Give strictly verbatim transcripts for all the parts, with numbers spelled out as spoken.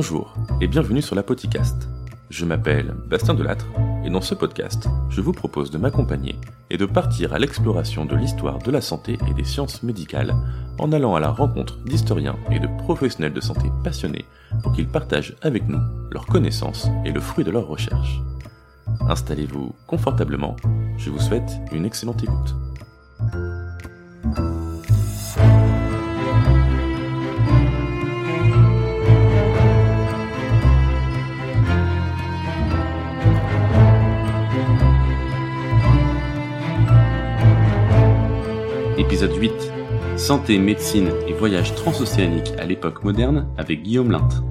Bonjour et bienvenue sur l'Apothicaste. Je m'appelle Bastien Delattre et dans ce podcast, je vous propose de m'accompagner et de partir à l'exploration de l'histoire de la santé et des sciences médicales en allant à la rencontre d'historiens et de professionnels de santé passionnés pour qu'ils partagent avec nous leurs connaissances et le fruit de leurs recherches. Installez-vous confortablement, je vous souhaite une excellente écoute. Épisode huit. Santé, médecine et voyages transocéaniques à l'époque moderne avec Guillaume Linth.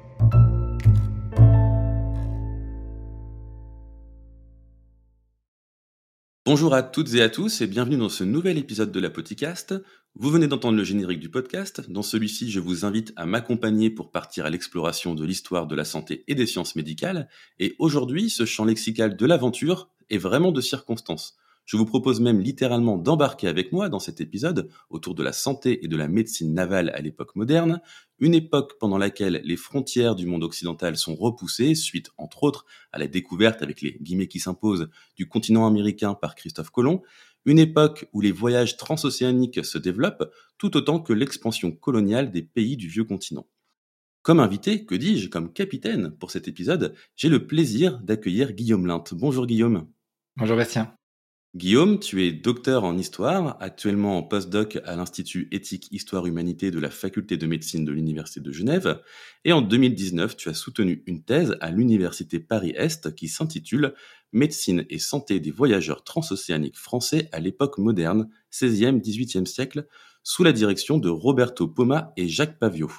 Bonjour à toutes et à tous et bienvenue dans ce nouvel épisode de l'Apothicaste. Vous venez d'entendre le générique du podcast. Dans celui-ci, je vous invite à m'accompagner pour partir à l'exploration de l'histoire de la santé et des sciences médicales. Et aujourd'hui, ce champ lexical de l'aventure est vraiment de circonstance. Je vous propose même littéralement d'embarquer avec moi dans cet épisode autour de la santé et de la médecine navale à l'époque moderne, une époque pendant laquelle les frontières du monde occidental sont repoussées suite, entre autres, à la découverte, avec les guillemets qui s'imposent, du continent américain par Christophe Colomb, une époque où les voyages transocéaniques se développent tout autant que l'expansion coloniale des pays du vieux continent. Comme invité, que dis-je, comme capitaine pour cet épisode, j'ai le plaisir d'accueillir Guillaume Linth. Bonjour Guillaume. Bonjour Bastien. Guillaume, tu es docteur en histoire, actuellement en postdoc à l'Institut éthique Histoire Humanité de la Faculté de médecine de l'Université de Genève. Et en deux mille dix-neuf, tu as soutenu une thèse à l'Université Paris-Est qui s'intitule « Médecine et santé des voyageurs transocéaniques français à l'époque moderne, seizième dix-huitième siècle », sous la direction de Roberto Poma et Jacques Paviot.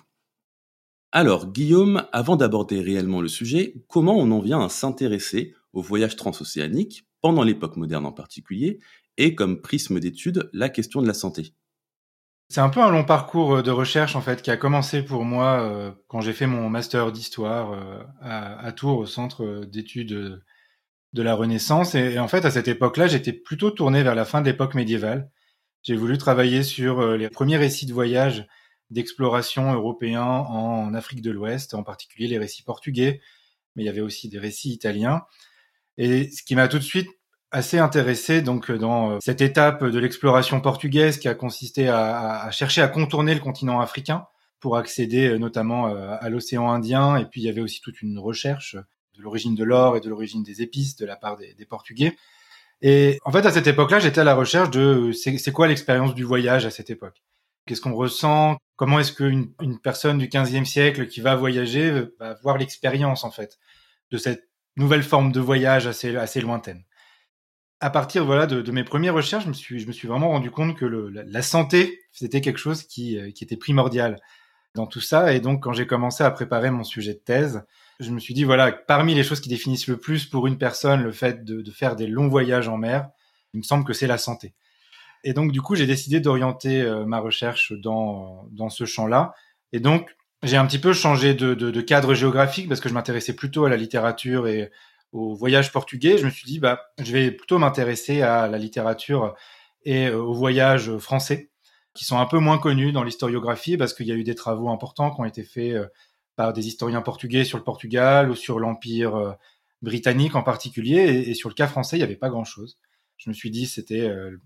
Alors, Guillaume, avant d'aborder réellement le sujet, comment on en vient à s'intéresser aux voyages transocéaniques pendant l'époque moderne en particulier, et comme prisme d'étude, la question de la santé? C'est un peu un long parcours de recherche en fait qui a commencé pour moi euh, quand j'ai fait mon master d'histoire euh, à, à Tours au centre d'études de la Renaissance. Et, et en fait, à cette époque-là, j'étais plutôt tourné vers la fin de l'époque médiévale. J'ai voulu travailler sur euh, les premiers récits de voyage d'exploration européens en Afrique de l'Ouest, en particulier les récits portugais, mais il y avait aussi des récits italiens. Et ce qui m'a tout de suite assez intéressé donc dans cette étape de l'exploration portugaise qui a consisté à, à chercher à contourner le continent africain pour accéder notamment à l'océan Indien. Et puis il y avait aussi toute une recherche de l'origine de l'or et de l'origine des épices de la part des, des Portugais. Et en fait, à cette époque-là, j'étais à la recherche de c'est, c'est quoi l'expérience du voyage à cette époque? Qu'est-ce qu'on ressent? Comment est-ce qu'une une personne du quinzième siècle qui va voyager va voir l'expérience en fait de cette nouvelle forme de voyage assez, assez lointaine. À partir voilà, de, de mes premières recherches, je me suis, je me suis vraiment rendu compte que le, la, la santé, c'était quelque chose qui, qui était primordial dans tout ça. Et donc, quand j'ai commencé à préparer mon sujet de thèse, je me suis dit, voilà, parmi les choses qui définissent le plus pour une personne le fait de, de faire des longs voyages en mer, il me semble que c'est la santé. Et donc, du coup, j'ai décidé d'orienter euh, ma recherche dans, dans ce champ-là. Et donc, j'ai un petit peu changé de, de, de cadre géographique parce que je m'intéressais plutôt à la littérature et au voyage portugais. Je me suis dit, bah, je vais plutôt m'intéresser à la littérature et au voyage français, qui sont un peu moins connus dans l'historiographie parce qu'il y a eu des travaux importants qui ont été faits par des historiens portugais sur le Portugal ou sur l'Empire britannique en particulier. Et, et sur le cas français, il n'y avait pas grand-chose. Je me suis dit, c'était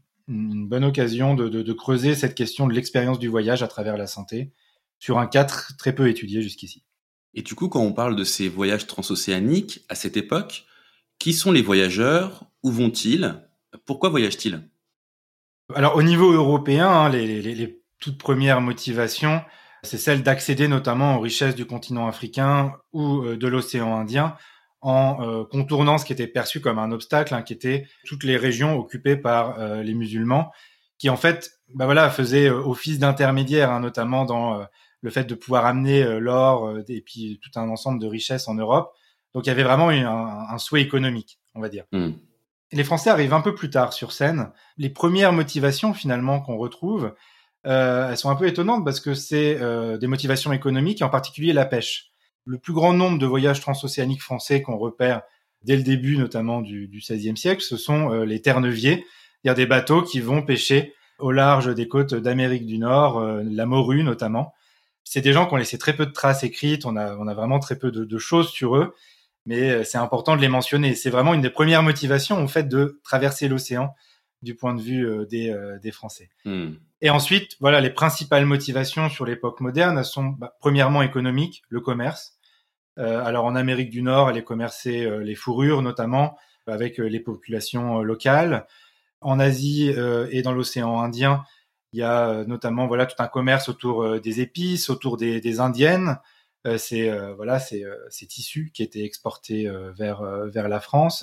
une bonne occasion de, de, de creuser cette question de l'expérience du voyage à travers la santé, sur un cadre très peu étudié jusqu'ici. Et du coup, quand on parle de ces voyages transocéaniques, à cette époque, qui sont les voyageurs? Où vont-ils? Pourquoi voyagent-ils? Alors, au niveau européen, hein, les, les, les toutes premières motivations, c'est celle d'accéder notamment aux richesses du continent africain ou euh, de l'océan Indien en euh, contournant ce qui était perçu comme un obstacle, hein, qui était toutes les régions occupées par euh, les musulmans, qui en fait bah voilà, faisaient euh, office d'intermédiaire, hein, notamment dans... Euh, le fait de pouvoir amener euh, l'or euh, et puis tout un ensemble de richesses en Europe. Donc il y avait vraiment une, un, un souhait économique, on va dire. Mm. Les Français arrivent un peu plus tard sur scène. Les premières motivations finalement qu'on retrouve, euh, elles sont un peu étonnantes parce que c'est euh, des motivations économiques et en particulier la pêche. Le plus grand nombre de voyages transocéaniques français qu'on repère dès le début notamment du, du seizième siècle, ce sont euh, les terneviers. Il y a des bateaux qui vont pêcher au large des côtes d'Amérique du Nord, euh, la morue notamment. c'est des gens qui ont laissé très peu de traces écrites, on a, on a vraiment très peu de, de choses sur eux, mais c'est important de les mentionner. C'est vraiment une des premières motivations, en fait, de traverser l'océan du point de vue euh, des, euh, des Français. Mmh. Et ensuite, voilà, les principales motivations sur l'époque moderne, elles sont bah, premièrement économiques, le commerce. Euh, alors en Amérique du Nord, elle est commercée euh, les fourrures notamment avec euh, les populations euh, locales. En Asie euh, et dans l'océan Indien, il y a euh, notamment voilà tout un commerce autour euh, des épices, autour des, des indiennes. Euh, c'est euh, voilà c'est euh, ces tissus qui étaient exportés euh, vers euh, vers la France.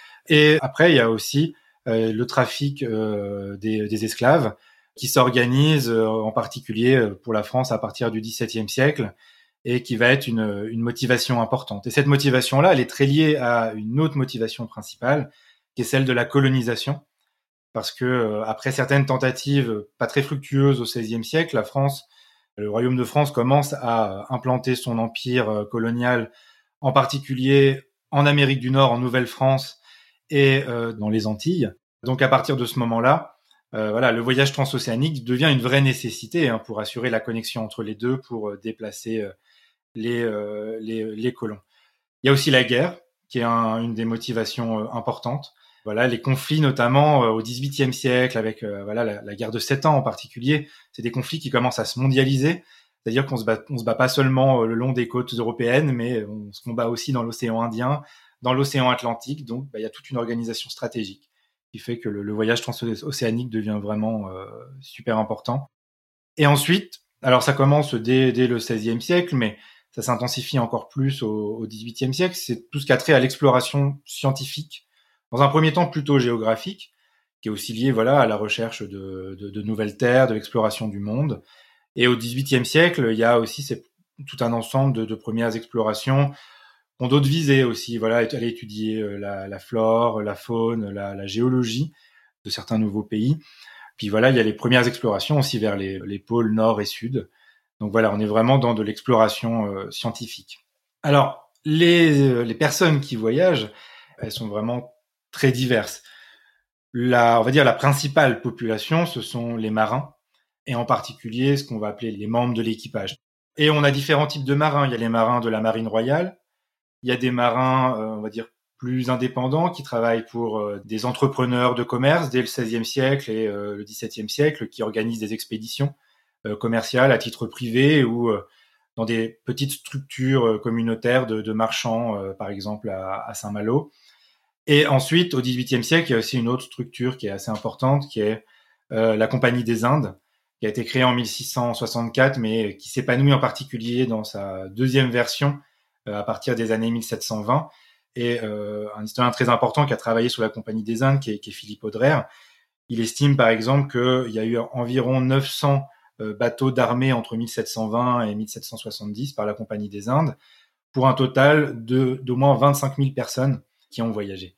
Et après, il y a aussi euh, le trafic euh, des, des esclaves qui s'organise euh, en particulier pour la France à partir du dix-septième siècle et qui va être une, une motivation importante. Et cette motivation-là, elle est très liée à une autre motivation principale, qui est celle de la colonisation, parce que euh, après certaines tentatives pas très fructueuses au seizième siècle, la France, le royaume de France commence à implanter son empire euh, colonial, en particulier en Amérique du Nord, en Nouvelle-France et euh, dans les Antilles. Donc à partir de ce moment-là, euh, voilà, le voyage transocéanique devient une vraie nécessité hein, pour assurer la connexion entre les deux, pour euh, déplacer euh, les, euh, les, les colons. Il y a aussi la guerre, qui est un, une des motivations euh, importantes. Voilà, les conflits notamment euh, au dix-huitième siècle, avec euh, voilà la, la guerre de Sept Ans en particulier, c'est des conflits qui commencent à se mondialiser. C'est-à-dire qu'on se bat, on se bat pas seulement euh, le long des côtes européennes, mais on se combat aussi dans l'océan Indien, dans l'océan Atlantique. Donc, bah, il y a toute une organisation stratégique qui fait que le, le voyage transocéanique devient vraiment euh, super important. Et ensuite, alors ça commence dès, dès le seizième siècle, mais ça s'intensifie encore plus au, au dix-huitième siècle. C'est tout ce qui a trait à l'exploration scientifique, dans un premier temps plutôt géographique, qui est aussi lié voilà à la recherche de, de, de nouvelles terres, de l'exploration du monde. Et au dix-huitième siècle, il y a aussi c'est, tout un ensemble de, de premières explorations qui ont d'autres visées aussi. Voilà, aller étudier la, la flore, la faune, la, la géologie de certains nouveaux pays. Puis voilà, il y a les premières explorations aussi vers les, les pôles nord et sud. Donc voilà, on est vraiment dans de l'exploration euh, scientifique. Alors, les, euh, les personnes qui voyagent, elles sont vraiment très diverses. La, on va dire la principale population, ce sont les marins, et en particulier ce qu'on va appeler les membres de l'équipage. Et on a différents types de marins. Il y a les marins de la marine royale, il y a des marins, euh, on va dire, plus indépendants qui travaillent pour euh, des entrepreneurs de commerce dès le seizième siècle et euh, le dix-septième siècle, qui organisent des expéditions euh, commerciales à titre privé ou euh, dans des petites structures euh, communautaires de, de marchands, euh, par exemple à, à Saint-Malo. Et ensuite, au dix-huitième siècle, il y a aussi une autre structure qui est assez importante, qui est euh, la Compagnie des Indes, qui a été créée en mille six cent soixante-quatre, mais qui s'épanouit en particulier dans sa deuxième version euh, à partir des années mille sept cent vingt. Et euh, un historien très important qui a travaillé sur la Compagnie des Indes, qui est, qui est Philippe Audrère, il estime par exemple qu'il y a eu environ neuf cents euh, bateaux d'armée entre mille sept cent vingt et mille sept cent soixante-dix par la Compagnie des Indes, pour un total de d'au moins vingt-cinq mille personnes qui ont voyagé.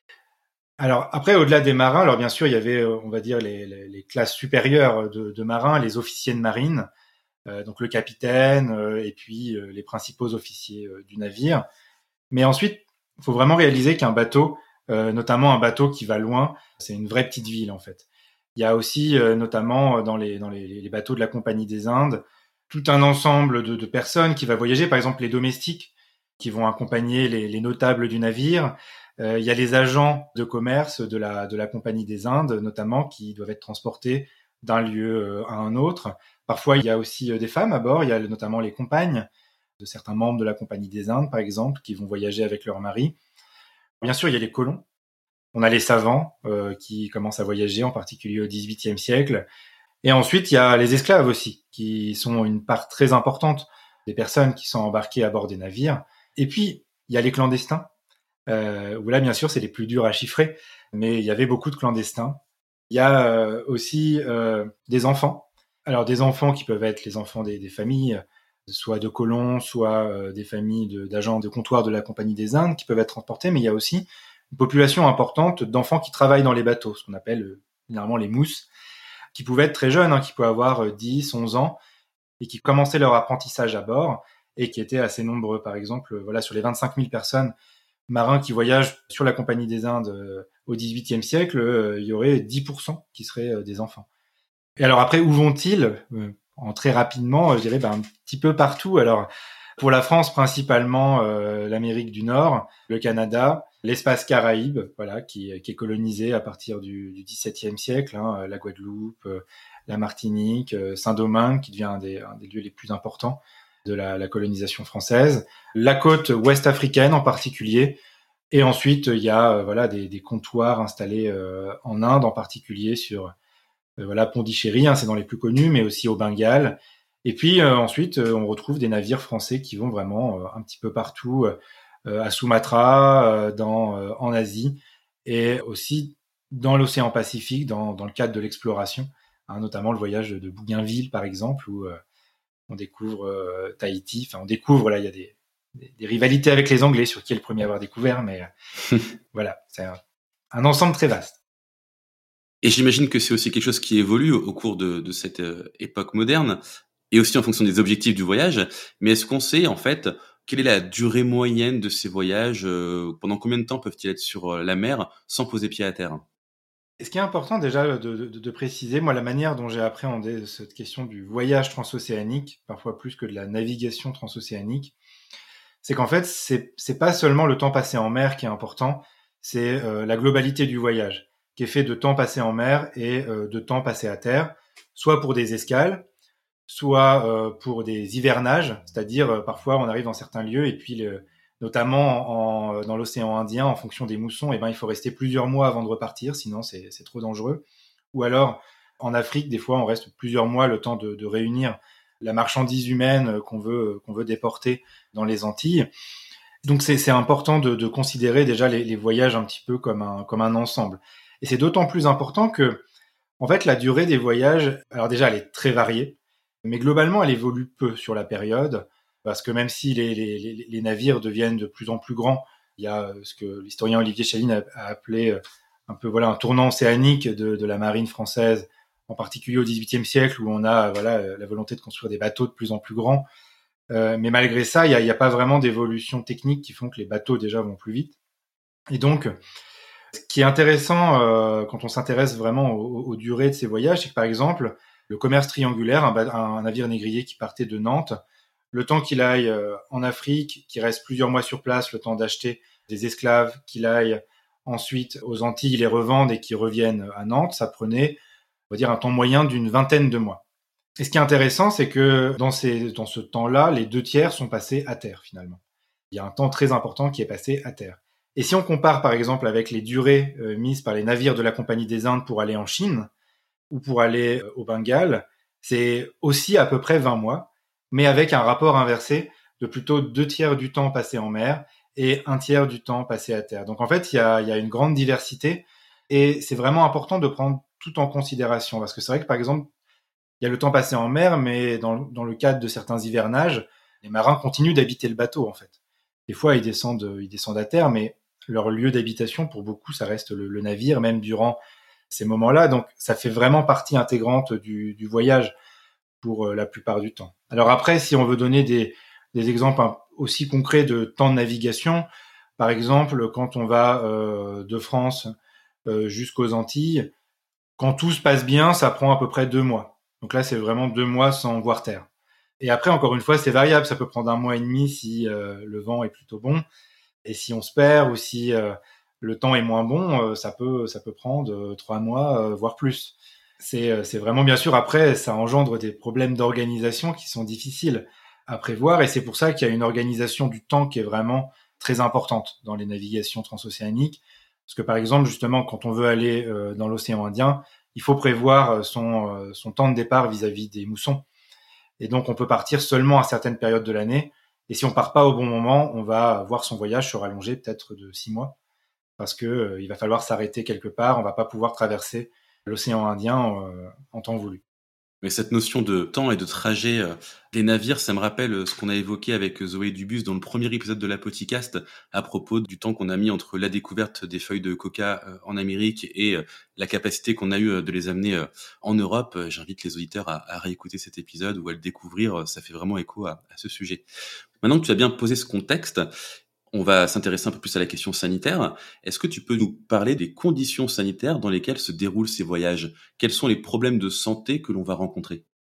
Alors après, au-delà des marins, alors bien sûr, il y avait, on va dire, les, les, les classes supérieures de, de marins, les officiers de marine, euh, donc le capitaine euh, et puis euh, les principaux officiers euh, du navire. Mais ensuite, il faut vraiment réaliser qu'un bateau, euh, notamment un bateau qui va loin, c'est une vraie petite ville en fait. Il y a aussi, euh, notamment dans les dans les, les bateaux de la Compagnie des Indes, tout un ensemble de, de personnes qui va voyager. Par exemple, les domestiques qui vont accompagner les, les notables du navire. Euh, il y a les agents de commerce de la de la Compagnie des Indes, notamment, qui doivent être transportés d'un lieu à un autre. Parfois, il y a aussi des femmes à bord. Il y a notamment les compagnes de certains membres de la Compagnie des Indes, par exemple, qui vont voyager avec leur mari. Bien sûr, il y a les colons. On a les savants euh, qui commencent à voyager, en particulier au dix-huitième siècle. Et ensuite, il y a les esclaves aussi, qui sont une part très importante des personnes qui sont embarquées à bord des navires. Et puis, il y a les clandestins, euh, où là, bien sûr, c'est les plus durs à chiffrer, mais il y avait beaucoup de clandestins. Il y a euh, aussi euh, des enfants. Alors, des enfants qui peuvent être les enfants des, des familles, soit de colons, soit euh, des familles de, d'agents de comptoir de la Compagnie des Indes qui peuvent être transportés, mais il y a aussi une population importante d'enfants qui travaillent dans les bateaux, ce qu'on appelle euh, généralement les mousses, qui pouvaient être très jeunes, hein, qui pouvaient avoir euh, dix, onze ans, et qui commençaient leur apprentissage à bord, et qui étaient assez nombreux. Par exemple, euh, voilà, sur les vingt-cinq mille personnes marins qui voyagent sur la Compagnie des Indes euh, au dix-huitième siècle, euh, il y aurait dix pour cent qui seraient euh, des enfants. Et alors après, où vont-ils ? euh, en très rapidement, je dirais, ben, un petit peu partout. Alors, pour la France, principalement euh, l'Amérique du Nord, le Canada, l'espace Caraïbe, voilà, qui, qui est colonisé à partir du, du XVIIe siècle, hein, la Guadeloupe, euh, la Martinique, euh, Saint-Domingue, qui devient un des, un des lieux les plus importants de la, la colonisation française, la côte ouest africaine en particulier, et ensuite il y a euh, voilà des, des comptoirs installés euh, en Inde, en particulier sur euh, voilà Pondichéry, hein, c'est dans les plus connus, mais aussi au Bengale. Et puis euh, ensuite, euh, on retrouve des navires français qui vont vraiment euh, un petit peu partout, euh, à Sumatra, euh, dans, euh, en Asie, et aussi dans l'océan Pacifique, dans, dans le cadre de l'exploration, hein, notamment le voyage de Bougainville, par exemple, où euh, on découvre euh, Tahiti. Enfin, on découvre, là, il y a des, des, des rivalités avec les Anglais sur qui est le premier à avoir découvert, mais euh, voilà, c'est un, un ensemble très vaste. Et j'imagine que c'est aussi quelque chose qui évolue au cours de, de cette euh, époque moderne, et aussi en fonction des objectifs du voyage. Mais est-ce qu'on sait, en fait, quelle est la durée moyenne de ces voyages? euh, Pendant combien de temps peuvent-ils être sur euh, la mer sans poser pied à terre? Et ce qui est important déjà de, de, de préciser, moi, la manière dont j'ai appréhendé cette question du voyage transocéanique, parfois plus que de la navigation transocéanique, c'est qu'en fait, c'est, c'est pas seulement le temps passé en mer qui est important, c'est euh, la globalité du voyage, qui est fait de temps passé en mer et euh, de temps passé à terre, soit pour des escales, soit euh, pour des hivernages, c'est-à-dire euh, parfois on arrive dans certains lieux et puis le, notamment en, en, dans l'océan Indien, en fonction des moussons, eh ben, il faut rester plusieurs mois avant de repartir, sinon c'est, c'est trop dangereux. Ou alors en Afrique, des fois on reste plusieurs mois le temps de, de réunir la marchandise humaine qu'on veut, qu'on veut déporter dans les Antilles. Donc c'est, c'est important de, de considérer déjà les, les voyages un petit peu comme un, comme un ensemble. Et c'est d'autant plus important que, en fait, la durée des voyages, alors déjà elle est très variée, mais globalement elle évolue peu sur la période, parce que même si les, les, les navires deviennent de plus en plus grands, il y a ce que l'historien Olivier Chaline a, a appelé un peu voilà un tournant océanique de, de la marine française, en particulier au dix-huitième siècle, où on a voilà la volonté de construire des bateaux de plus en plus grands. Euh, mais malgré ça, il n'y a, y a pas vraiment d'évolution technique qui font que les bateaux déjà vont plus vite. Et donc, ce qui est intéressant euh, quand on s'intéresse vraiment aux, aux durées de ces voyages, c'est que par exemple, le commerce triangulaire, un, un navire négrier qui partait de Nantes, le temps qu'il aille euh, en Afrique, qu'il reste plusieurs mois sur place, le temps d'acheter des esclaves, qu'il aille ensuite aux Antilles, les revendre et qu'ils reviennent à Nantes, ça prenait, on va dire, un temps moyen d'une vingtaine de mois. Et ce qui est intéressant, c'est que dans, ces, dans ce temps-là, les deux tiers sont passés à terre, finalement. Il y a un temps très important qui est passé à terre. Et si on compare, par exemple, avec les durées euh, mises par les navires de la Compagnie des Indes pour aller en Chine ou pour aller euh, au Bengale, c'est aussi à peu près vingt mois, mais avec un rapport inversé de plutôt deux tiers du temps passé en mer et un tiers du temps passé à terre. Donc en fait, il y a, il y a une grande diversité et c'est vraiment important de prendre tout en considération parce que c'est vrai que, par exemple, il y a le temps passé en mer, mais dans, dans le cadre de certains hivernages, les marins continuent d'habiter le bateau, en fait. Des fois, ils descendent, ils descendent à terre, mais leur lieu d'habitation, pour beaucoup, ça reste le, le navire, même durant ces moments-là. Donc, ça fait vraiment partie intégrante du, du voyage pour euh, la plupart du temps. Alors après, si on veut donner des, des exemples aussi concrets de temps de navigation, par exemple, quand on va euh, de France euh, jusqu'aux Antilles, quand tout se passe bien, ça prend à peu près deux mois. Donc là, c'est vraiment deux mois sans voir terre. Et après, encore une fois, c'est variable. Ça peut prendre un mois et demi si euh, le vent est plutôt bon. Et si on se perd ou si euh, le temps est moins bon, euh, ça peut ça peut prendre euh, trois mois, euh, voire plus. C'est euh, c'est vraiment bien sûr. Après, ça engendre des problèmes d'organisation qui sont difficiles à prévoir. Et c'est pour ça qu'il y a une organisation du temps qui est vraiment très importante dans les navigations transocéaniques. Parce que par exemple, justement, quand on veut aller euh, dans l'océan Indien, il faut prévoir son, euh, son temps de départ vis-à-vis des moussons. Et donc, on peut partir seulement à certaines périodes de l'année. Et si on part pas au bon moment, on va voir son voyage se rallonger peut-être de six mois. Parce que euh, il va falloir s'arrêter quelque part. On va pas pouvoir traverser l'océan Indien euh, en temps voulu. Mais cette notion de temps et de trajet euh, des navires, ça me rappelle euh, ce qu'on a évoqué avec Zoé Dubus dans le premier épisode de la Podcast à propos du temps qu'on a mis entre la découverte des feuilles de coca euh, en Amérique et euh, la capacité qu'on a eu euh, de les amener euh, en Europe. Euh, J'invite les auditeurs à, à réécouter cet épisode ou à le découvrir. Euh, Ça fait vraiment écho à, à ce sujet. Maintenant que tu as bien posé ce contexte, on va s'intéresser un peu plus à la question sanitaire. Est-ce que tu peux nous parler des conditions sanitaires dans lesquelles se déroulent ces voyages? Quels sont les problèmes de santé que l'on va rencontrer?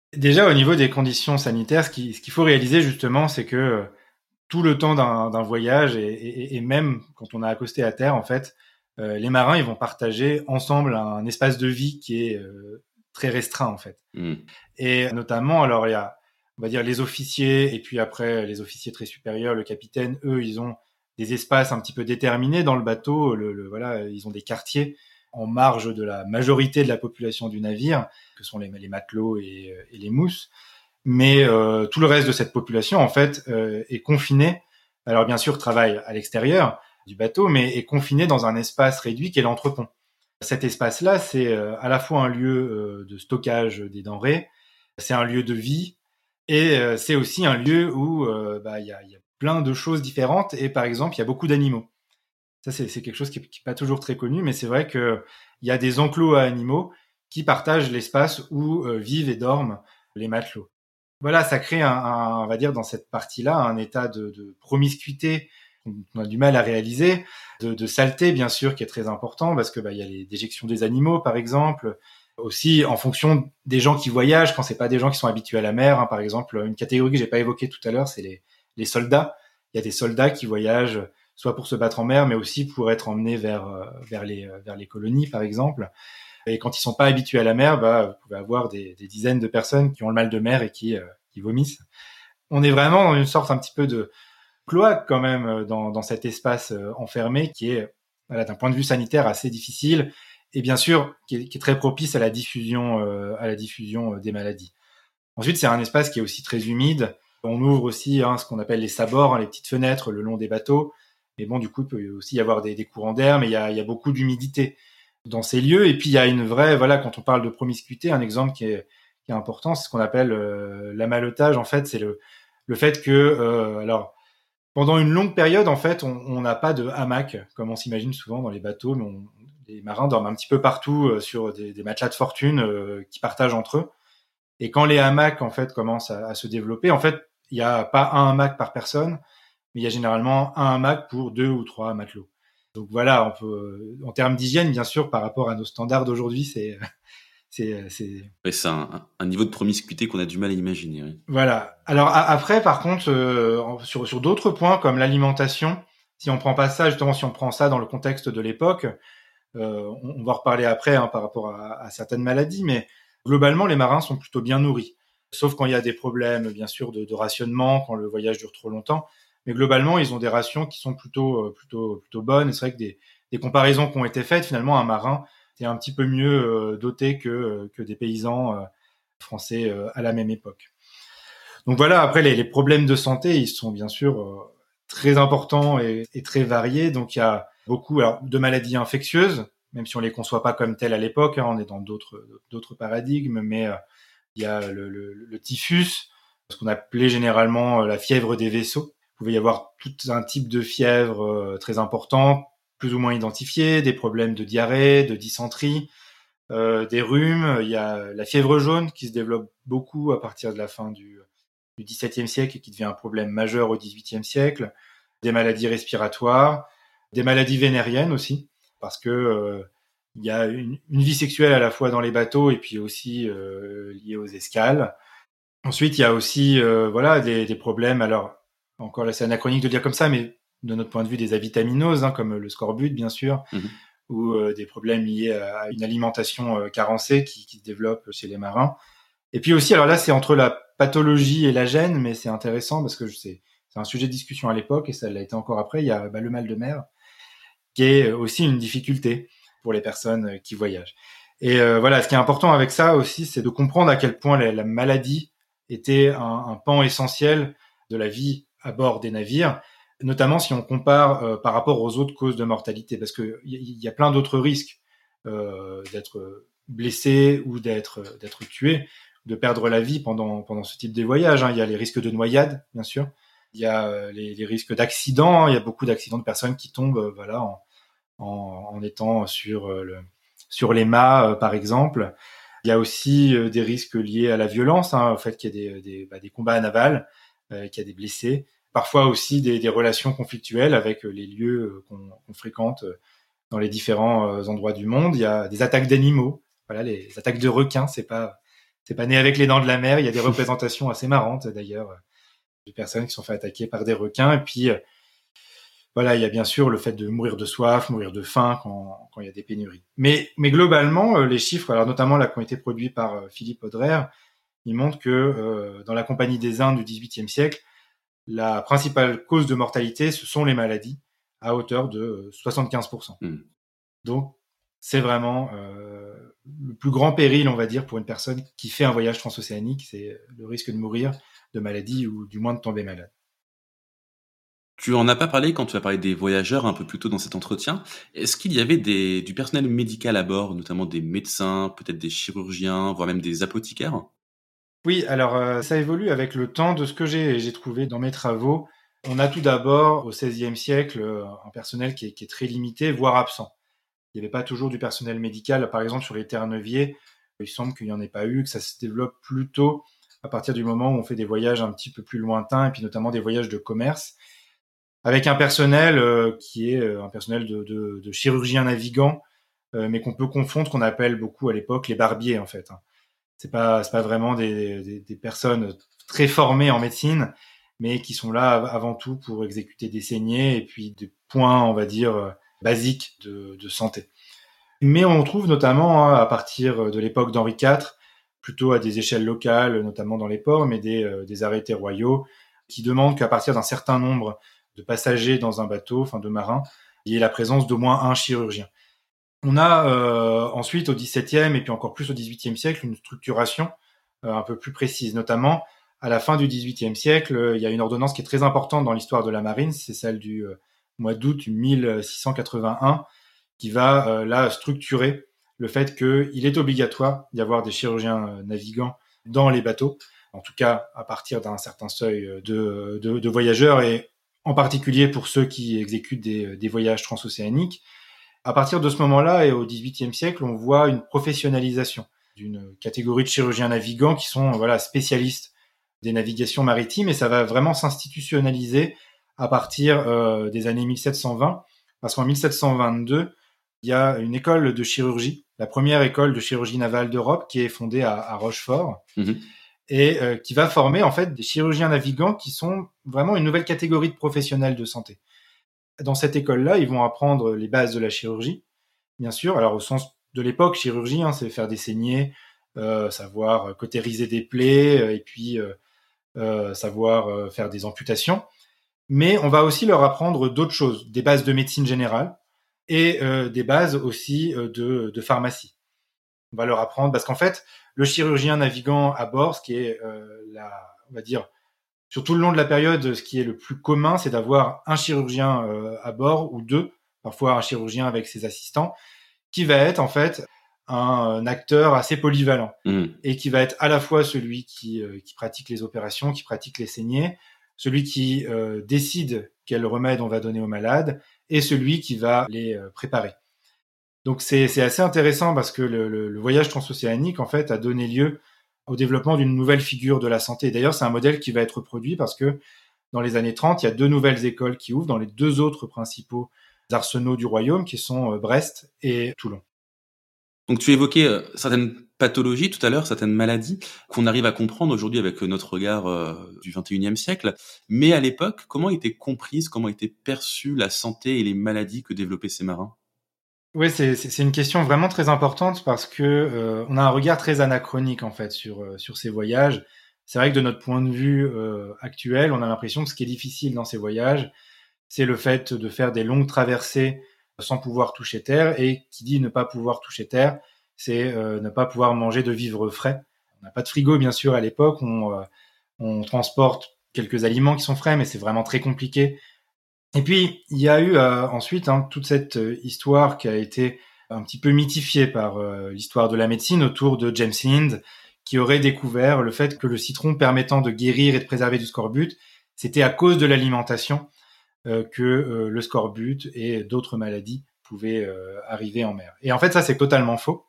Déjà, au niveau des conditions sanitaires, ce qui, ce qu'il faut réaliser justement, c'est que euh, tout le temps d'un, d'un voyage et, et, et même quand on a accosté à terre, en fait, euh, les marins ils vont partager ensemble un espace de vie qui est euh, très restreint en fait. Mmh. Et notamment, alors il y a, on va dire les officiers et puis après les officiers très supérieurs, le capitaine, eux, ils ont des espaces un petit peu déterminés dans le bateau. Le, le, voilà, ils ont des quartiers en marge de la majorité de la population du navire, que sont les, les matelots et, et les mousses. Mais euh, tout le reste de cette population, en fait, euh, est confiné. Alors bien sûr, travaille à l'extérieur du bateau, mais est confiné dans un espace réduit qui est l'entrepont. Cet espace-là, c'est euh, à la fois un lieu euh, de stockage des denrées, c'est un lieu de vie, et euh, c'est aussi un lieu où euh, bah, y a, y a plein de choses différentes. Et par exemple, il y a beaucoup d'animaux. Ça, c'est, c'est quelque chose qui n'est pas toujours très connu, mais c'est vrai qu'il y a des enclos à animaux qui partagent l'espace où euh, vivent et dorment les matelots. Voilà, ça crée un, un, on va dire, dans cette partie-là, un état de, de promiscuité qu'on a du mal à réaliser, de, de saleté, bien sûr, qui est très important, parce que bah, il y a les déjections des animaux, par exemple. Aussi, en fonction des gens qui voyagent, quand c'est pas des gens qui sont habitués à la mer, hein, par exemple, une catégorie que j'ai pas évoquée tout à l'heure, c'est les, les soldats. Il y a des soldats qui voyagent soit pour se battre en mer, mais aussi pour être emmenés vers, vers, les, vers les colonies, par exemple. Et quand ils sont pas habitués à la mer, bah, vous pouvez avoir des, des dizaines de personnes qui ont le mal de mer et qui, euh, qui vomissent. On est vraiment dans une sorte un petit peu de cloaque quand même dans, dans cet espace euh, enfermé qui est, voilà, d'un point de vue sanitaire assez difficile et bien sûr qui est, qui est très propice à la diffusion, euh, à la diffusion euh, des maladies. Ensuite, c'est un espace qui est aussi très humide. On ouvre aussi hein, ce qu'on appelle les sabords, hein, les petites fenêtres le long des bateaux. Mais bon, du coup, il peut aussi y avoir des, des courants d'air, mais il y a, il y a beaucoup d'humidité dans ces lieux. Et puis, il y a une vraie, voilà, quand on parle de promiscuité, un exemple qui est, qui est important, c'est ce qu'on appelle euh, l'amaillotage. En fait, c'est le, le fait que, euh, alors, pendant une longue période, en fait, on n'a pas de hamac, comme on s'imagine souvent dans les bateaux, mais on, les marins dorment un petit peu partout euh, sur des, des matelas de fortune euh, qui partagent entre eux. Et quand les hamacs, en fait, commencent à, à se développer, en fait, il n'y a pas un hamac par personne, mais il y a généralement un hamac pour deux ou trois matelots. Donc voilà, on peut, en termes d'hygiène, bien sûr, par rapport à nos standards d'aujourd'hui, c'est, c'est, c'est... Ouais, c'est un, un niveau de promiscuité qu'on a du mal à imaginer. Oui. Voilà. Alors a, après, par contre, euh, sur, sur d'autres points comme l'alimentation, si on prend pas ça, justement, si on prend ça dans le contexte de l'époque, euh, on, on va reparler après hein, par rapport à, à certaines maladies, mais globalement, les marins sont plutôt bien nourris. Sauf quand il y a des problèmes, bien sûr, de, de rationnement, quand le voyage dure trop longtemps. Mais globalement, ils ont des rations qui sont plutôt, plutôt, plutôt bonnes. Et c'est vrai que des, des comparaisons qui ont été faites, finalement, un marin est un petit peu mieux euh, doté que, que des paysans euh, français euh, à la même époque. Donc voilà, après, les, les problèmes de santé, ils sont bien sûr euh, très importants et, et très variés. Donc il y a beaucoup alors, de maladies infectieuses, même si on les conçoit pas comme telles à l'époque, hein, on est dans d'autres, d'autres paradigmes, mais euh, il y a le, le, le typhus, ce qu'on appelait généralement la fièvre des vaisseaux. Il pouvait y avoir tout un type de fièvre euh, très important, plus ou moins identifié, des problèmes de diarrhée, de dysenterie, euh, des rhumes. Il y a la fièvre jaune qui se développe beaucoup à partir de la fin du, du dix-septième siècle et qui devient un problème majeur au dix-huitième siècle. Des maladies respiratoires, des maladies vénériennes aussi, parce que euh, il y a une, une vie sexuelle à la fois dans les bateaux et puis aussi euh, liée aux escales. Ensuite, il y a aussi euh, voilà des, des problèmes. Alors encore là, c'est anachronique de dire comme ça, mais de notre point de vue, des avitaminoses, hein, comme le scorbut, bien sûr, Mmh. ou euh, des problèmes liés à une alimentation euh, carencée qui, qui se développe chez les marins. Et puis aussi, alors là, c'est entre la pathologie et la gêne, mais c'est intéressant parce que c'est, c'est un sujet de discussion à l'époque et ça l'a été encore après. Il y a bah, le mal de mer, qui est aussi une difficulté pour les personnes qui voyagent. Et euh, voilà, ce qui est important avec ça aussi, c'est de comprendre à quel point la, la maladie était un, un pan essentiel de la vie à bord des navires, notamment si on compare euh, par rapport aux autres causes de mortalité, parce que il y, y a plein d'autres risques euh, d'être blessé ou d'être d'être tué, de perdre la vie pendant pendant ce type de voyage. Hein. Il y a les risques de noyade, bien sûr. Il y a les, les risques d'accidents. Hein. Il y a beaucoup d'accidents de personnes qui tombent, euh, voilà, en, en, en étant sur le sur les mâts, euh, par exemple. Il y a aussi euh, des risques liés à la violence, hein, au fait qu'il y a des, des, bah, des combats à navals, euh, qu'il y a des blessés. Parfois aussi des, des relations conflictuelles avec les lieux qu'on, qu'on fréquente dans les différents endroits du monde. Il y a des attaques d'animaux. Voilà, les attaques de requins, c'est pas c'est pas né avec les dents de la mer. Il y a des représentations assez marrantes d'ailleurs, de personnes qui sont fait attaquer par des requins. Et puis euh, voilà, il y a bien sûr le fait de mourir de soif, mourir de faim quand, quand il y a des pénuries. Mais, mais globalement, euh, les chiffres, alors notamment là qui ont été produits par euh, Philippe Audrey, ils montrent que euh, dans la Compagnie des Indes du dix-huitième siècle, la principale cause de mortalité, ce sont les maladies, à hauteur de soixante-quinze pour cent. Mmh. Donc, c'est vraiment euh, le plus grand péril, on va dire, pour une personne qui fait un voyage transocéanique, c'est le risque de mourir de maladie ou du moins de tomber malade. Tu en as pas parlé quand tu as parlé des voyageurs un peu plus tôt dans cet entretien. Est-ce qu'il y avait des, du personnel médical à bord, notamment des médecins, peut-être des chirurgiens, voire même des apothicaires ? Oui, alors euh, ça évolue avec le temps. De ce que j'ai, j'ai trouvé dans mes travaux, on a tout d'abord au seizième siècle euh, un personnel qui est, qui est très limité, voire absent. Il n'y avait pas toujours du personnel médical. Par exemple, sur les Terre-Neuviers, il semble qu'il n'y en ait pas eu, que ça se développe plutôt à partir du moment où on fait des voyages un petit peu plus lointains, et puis notamment des voyages de commerce, avec un personnel euh, qui est euh, un personnel de, de, de chirurgiens navigants, euh, mais qu'on peut confondre, qu'on appelle beaucoup à l'époque les barbiers, en fait. C'est pas, c'est pas vraiment des, des, des personnes très formées en médecine, mais qui sont là avant tout pour exécuter des saignées et puis des points, on va dire, basiques de, de santé. Mais on trouve notamment, hein, à partir de l'époque d'Henri quatre, plutôt à des échelles locales, notamment dans les ports, mais des, euh, des arrêtés royaux qui demandent qu'à partir d'un certain nombre de passagers dans un bateau, enfin de marins, il y ait la présence d'au moins un chirurgien. On a euh, ensuite au dix-septième et puis encore plus au dix-huitième siècle une structuration euh, un peu plus précise. Notamment, à la fin du dix-huitième siècle, euh, il y a une ordonnance qui est très importante dans l'histoire de la marine, c'est celle du euh, mois d'août mille six cent quatre-vingt-un, qui va euh, là structurer le fait qu'il est obligatoire d'y avoir des chirurgiens euh, navigants dans les bateaux, en tout cas à partir d'un certain seuil de, de, de voyageurs, et en particulier pour ceux qui exécutent des, des voyages transocéaniques. À partir de ce moment-là et au dix-huitième siècle, on voit une professionnalisation d'une catégorie de chirurgiens navigants qui sont voilà spécialistes des navigations maritimes, et ça va vraiment s'institutionnaliser à partir euh, des années mille sept cent vingt, parce qu'en mille sept cent vingt-deux, il y a une école de chirurgie, la première école de chirurgie navale d'Europe, qui est fondée à, à Rochefort, mmh. et euh, qui va former en fait des chirurgiens navigants qui sont vraiment une nouvelle catégorie de professionnels de santé. Dans cette école-là, ils vont apprendre les bases de la chirurgie, bien sûr. Alors, au sens de l'époque, chirurgie, hein, c'est faire des saignées, euh, savoir cautériser des plaies, euh, et puis euh, euh, savoir euh, faire des amputations. Mais on va aussi leur apprendre d'autres choses, des bases de médecine générale et euh, des bases aussi euh, de, de pharmacie. On va leur apprendre, parce qu'en fait, le chirurgien navigant à bord, ce qui est euh, la, on va dire, sur tout le long de la période, ce qui est le plus commun, c'est d'avoir un chirurgien euh, à bord, ou deux, parfois un chirurgien avec ses assistants, qui va être en fait un, un acteur assez polyvalent, mmh. et qui va être à la fois celui qui, euh, qui pratique les opérations, qui pratique les saignées, celui qui euh, décide quel remède on va donner aux malades, et celui qui va les euh, préparer. Donc c'est, c'est assez intéressant, parce que le, le, le voyage transocéanique en fait a donné lieu au développement d'une nouvelle figure de la santé. D'ailleurs, c'est un modèle qui va être reproduit, parce que dans les années trente, il y a deux nouvelles écoles qui ouvrent dans les deux autres principaux arsenaux du royaume, qui sont Brest et Toulon. Donc tu évoquais euh, certaines pathologies tout à l'heure, certaines maladies qu'on arrive à comprendre aujourd'hui avec notre regard euh, du vingt et unième siècle. Mais à l'époque, comment était comprise, comment était perçue la santé et les maladies que développaient ces marins ? Oui, c'est, c'est, c'est une question vraiment très importante, parce que euh, on a un regard très anachronique en fait sur euh, sur ces voyages. C'est vrai que de notre point de vue euh, actuel, on a l'impression que ce qui est difficile dans ces voyages, c'est le fait de faire des longues traversées sans pouvoir toucher terre. Et qui dit ne pas pouvoir toucher terre, c'est euh, ne pas pouvoir manger de vivres frais. On n'a pas de frigo bien sûr à l'époque. On, euh, on transporte quelques aliments qui sont frais, mais c'est vraiment très compliqué. Et puis, il y a eu euh, ensuite hein, toute cette euh, histoire qui a été un petit peu mythifiée par euh, l'histoire de la médecine autour de James Lind, qui aurait découvert le fait que le citron permettant de guérir et de préserver du scorbut, c'était à cause de l'alimentation euh, que euh, le scorbut et d'autres maladies pouvaient euh, arriver en mer. Et en fait, ça, c'est totalement faux.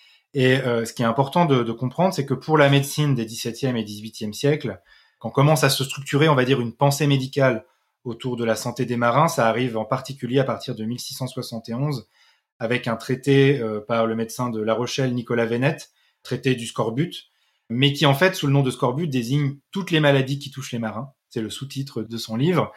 Et euh, ce qui est important de, de comprendre, c'est que pour la médecine des dix-septième et dix-huitième siècles, quand commence à se structurer, on va dire, une pensée médicale autour de la santé des marins, ça arrive en particulier à partir de mille six cent soixante et onze, avec un traité euh, par le médecin de La Rochelle, Nicolas Venette, traité du scorbut, mais qui en fait, sous le nom de scorbut, désigne toutes les maladies qui touchent les marins. C'est le sous-titre de son livre.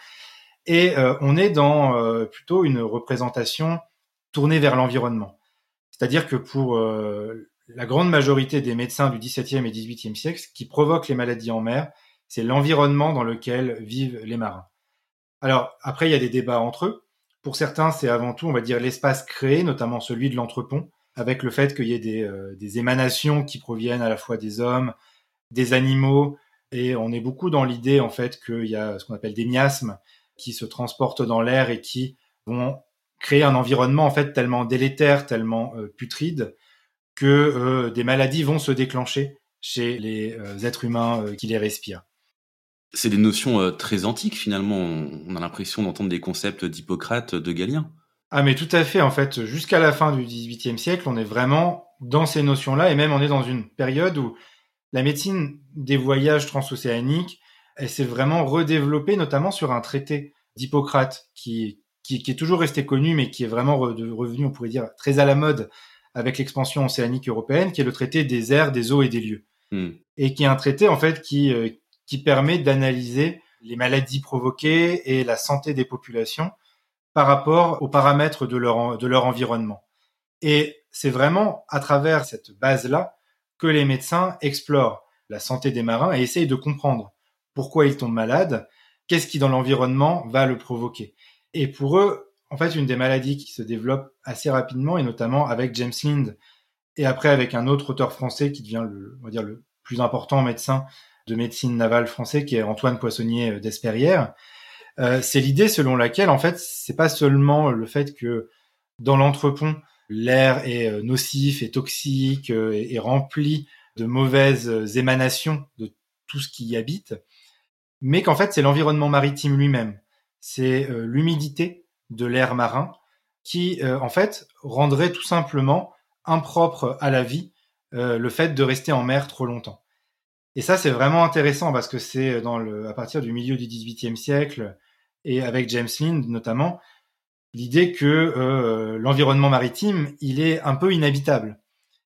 Et euh, on est dans euh, plutôt une représentation tournée vers l'environnement. C'est-à-dire que pour euh, la grande majorité des médecins du dix-septième et dix-huitième siècle, ce qui provoque les maladies en mer, c'est l'environnement dans lequel vivent les marins. Alors, après, il y a des débats entre eux. Pour certains, c'est avant tout, on va dire, l'espace créé, notamment celui de l'entrepont, avec le fait qu'il y ait des, euh, des émanations qui proviennent à la fois des hommes, des animaux, et on est beaucoup dans l'idée, en fait, qu'il y a ce qu'on appelle des miasmes qui se transportent dans l'air et qui vont créer un environnement, en fait, tellement délétère, tellement euh, putride, que euh, des maladies vont se déclencher chez les euh, êtres humains euh, qui les respirent. C'est des notions euh, très antiques, finalement. On a l'impression d'entendre des concepts d'Hippocrate, de Galien. Ah mais tout à fait, en fait, jusqu'à la fin du dix-huitième siècle, on est vraiment dans ces notions-là, et même on est dans une période où la médecine des voyages transocéaniques, elle s'est vraiment redéveloppée, notamment sur un traité d'Hippocrate, qui, qui, qui est toujours resté connu, mais qui est vraiment re- revenu, on pourrait dire, très à la mode avec l'expansion océanique européenne, qui est le traité des airs, des eaux et des lieux. Hmm. Et qui est un traité, en fait, qui, euh, qui permet d'analyser les maladies provoquées et la santé des populations par rapport aux paramètres de leur, de leur environnement. Et c'est vraiment à travers cette base-là que les médecins explorent la santé des marins et essayent de comprendre pourquoi ils tombent malades, qu'est-ce qui dans l'environnement va le provoquer. Et pour eux, en fait, une des maladies qui se développe assez rapidement, et notamment avec James Lind, et après avec un autre auteur français qui devient le, on va dire, le plus important médecin de médecine navale français, qui est Antoine Poissonnier d'Esperrières, euh, c'est l'idée selon laquelle, en fait, c'est pas seulement le fait que dans l'entrepont, l'air est nocif et toxique euh, et, et rempli de mauvaises émanations de tout ce qui y habite, mais qu'en fait, c'est l'environnement maritime lui-même. C'est euh, l'humidité de l'air marin qui, euh, en fait, rendrait tout simplement impropre à la vie euh, le fait de rester en mer trop longtemps. Et ça, c'est vraiment intéressant parce que c'est dans le, à partir du milieu du dix-huitième siècle et avec James Lind notamment, l'idée que euh, l'environnement maritime, il est un peu inhabitable.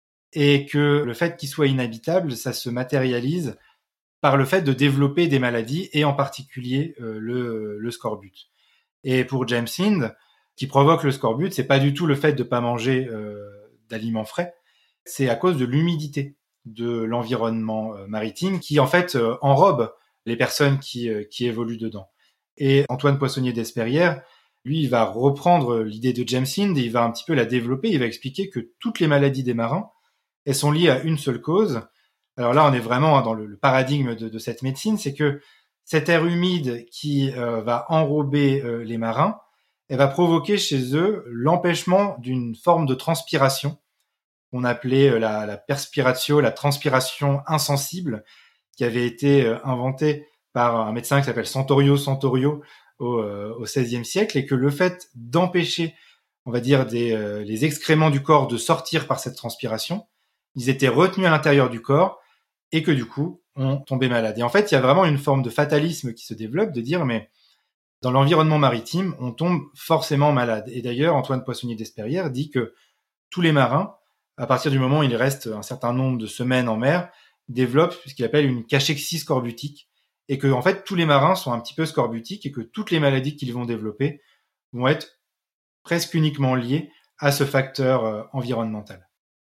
Et que le fait qu'il soit inhabitable, ça se matérialise par le fait de développer des maladies, et en particulier euh, le, le scorbut. Et pour James Lind, qui provoque le scorbut, c'est pas du tout le fait de pas manger euh, d'aliments frais, c'est à cause de l'humidité de l'environnement euh, maritime qui, en fait, euh, enrobe les personnes qui, euh, qui évoluent dedans. Et Antoine Poissonnier d'Esperrières, lui, il va reprendre l'idée de James Lind et il va un petit peu la développer. Il va expliquer que toutes les maladies des marins, elles sont liées à une seule cause. Alors là, on est vraiment dans le, le paradigme de, de cette médecine, c'est que cet air humide qui euh, va enrober euh, les marins, elle va provoquer chez eux l'empêchement d'une forme de transpiration qu'on appelait euh, la, la perspiratio, la transpiration insensible, qui avait été euh, inventée par un médecin qui s'appelle Santorio Santorio au, euh, au seizième siècle, et que le fait d'empêcher, on va dire, des, euh, les excréments du corps de sortir par cette transpiration, ils étaient retenus à l'intérieur du corps et que du coup, on tombait malade. Et en fait, il y a vraiment une forme de fatalisme qui se développe, de dire, mais dans l'environnement maritime, on tombe forcément malade. Et d'ailleurs, Antoine Poissonnier d'Esperrières dit que tous les marins, à partir du moment où il reste un certain nombre de semaines en mer, développent ce qu'il appelle une cachexie scorbutique, et que en fait tous les marins sont un petit peu scorbutiques et que toutes les maladies qu'ils vont développer vont être presque uniquement liées à ce facteur euh, environnemental.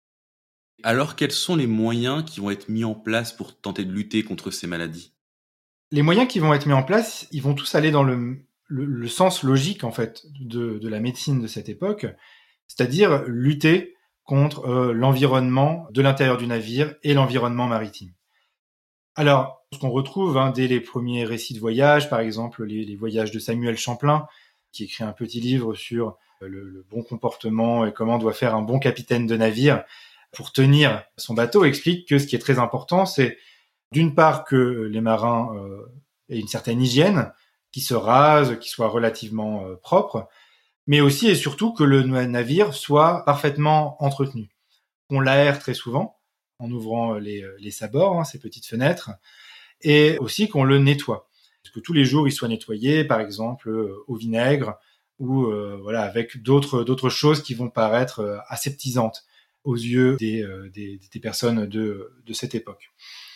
Alors, quels sont les moyens qui vont être mis en place pour tenter de lutter contre ces maladies ? Les moyens qui vont être mis en place, ils vont tous aller dans le, le, le sens logique en fait de, de la médecine de cette époque, c'est-à-dire lutter contre euh, l'environnement de l'intérieur du navire et l'environnement maritime. Alors, ce qu'on retrouve hein, dès les premiers récits de voyage, par exemple les, les voyages de Samuel Champlain, qui écrit un petit livre sur le, le bon comportement et comment doit faire un bon capitaine de navire pour tenir son bateau, explique que ce qui est très important, c'est d'une part que les marins euh, aient une certaine hygiène, qui se rasent, qui soient relativement euh, propres, mais aussi et surtout que le navire soit parfaitement entretenu. On l'aère très souvent, en ouvrant les, les sabords, hein, ces petites fenêtres, et aussi qu'on le nettoie. Que tous les jours, il soit nettoyé, par exemple, euh, au vinaigre, ou euh, voilà, avec d'autres, d'autres choses qui vont paraître euh, aseptisantes aux yeux des, euh, des, des personnes de, de cette époque.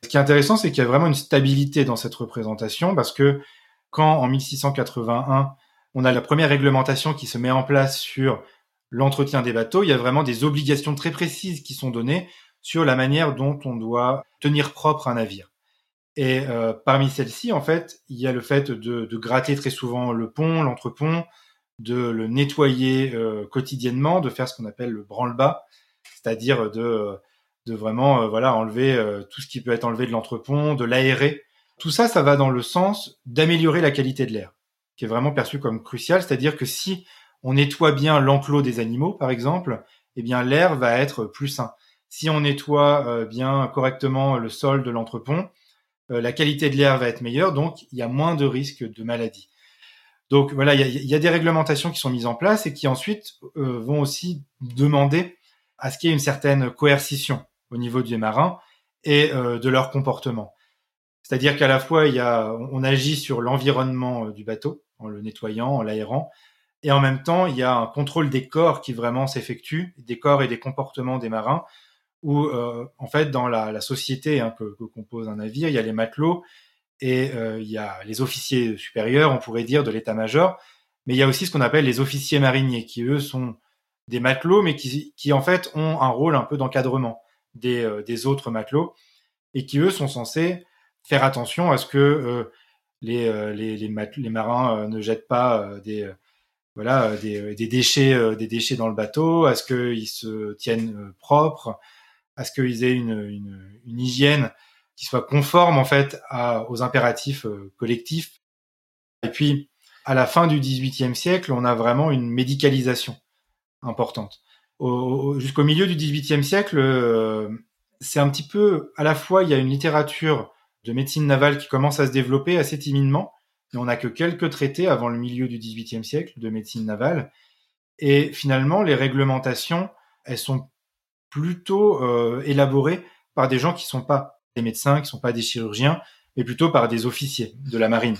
Ce qui est intéressant, c'est qu'il y a vraiment une stabilité dans cette représentation, parce que quand, en mille six cent quatre-vingt-un, on a la première réglementation qui se met en place sur l'entretien des bateaux, il y a vraiment des obligations très précises qui sont données sur la manière dont on doit tenir propre un navire. Et euh, parmi celles-ci, en fait, il y a le fait de, de gratter très souvent le pont, l'entrepont, de le nettoyer euh, quotidiennement, de faire ce qu'on appelle le branle-bas, c'est-à-dire de, de vraiment euh, voilà, enlever euh, tout ce qui peut être enlevé de l'entrepont, de l'aérer. Tout ça, ça va dans le sens d'améliorer la qualité de l'air, qui est vraiment perçu comme crucial, c'est-à-dire que si on nettoie bien l'enclos des animaux, par exemple, eh bien l'air va être plus sain. Si on nettoie euh, bien correctement le sol de l'entrepont, euh, la qualité de l'air va être meilleure, donc il y a moins de risques de maladies. Donc voilà, il y a, il y a des réglementations qui sont mises en place et qui ensuite euh, vont aussi demander à ce qu'il y ait une certaine coercition au niveau des marins et euh, de leur comportement. C'est-à-dire qu'à la fois, il y a, on agit sur l'environnement du bateau, en le nettoyant, en l'aérant, et en même temps, il y a un contrôle des corps qui vraiment s'effectue, des corps et des comportements des marins, où euh, en fait, dans la, la société hein, que, que compose un navire, il y a les matelots et euh, il y a les officiers supérieurs, on pourrait dire, de l'état-major, mais il y a aussi ce qu'on appelle les officiers mariniers, qui eux sont des matelots, mais qui, qui en fait ont un rôle un peu d'encadrement des, euh, des autres matelots, et qui eux sont censés faire attention à ce que euh, les, euh, les, les, mat- les marins euh, ne jettent pas euh, des, euh, voilà, des, des, déchets, euh, des déchets dans le bateau, à ce qu'ils se tiennent euh, propres, à ce qu'ils aient une, une, une hygiène qui soit conforme en fait à, aux impératifs euh, collectifs. Et puis, à la fin du dix-huitième siècle, on a vraiment une médicalisation importante. Au, au, jusqu'au milieu du dix-huitième siècle, euh, c'est un petit peu, à la fois, il y a une littérature de médecine navale qui commence à se développer assez timidement, mais on n'a que quelques traités avant le milieu du dix-huitième siècle de médecine navale. Et finalement, les réglementations, elles sont plutôt euh, élaborées par des gens qui sont pas des médecins, qui sont pas des chirurgiens, mais plutôt par des officiers de la marine.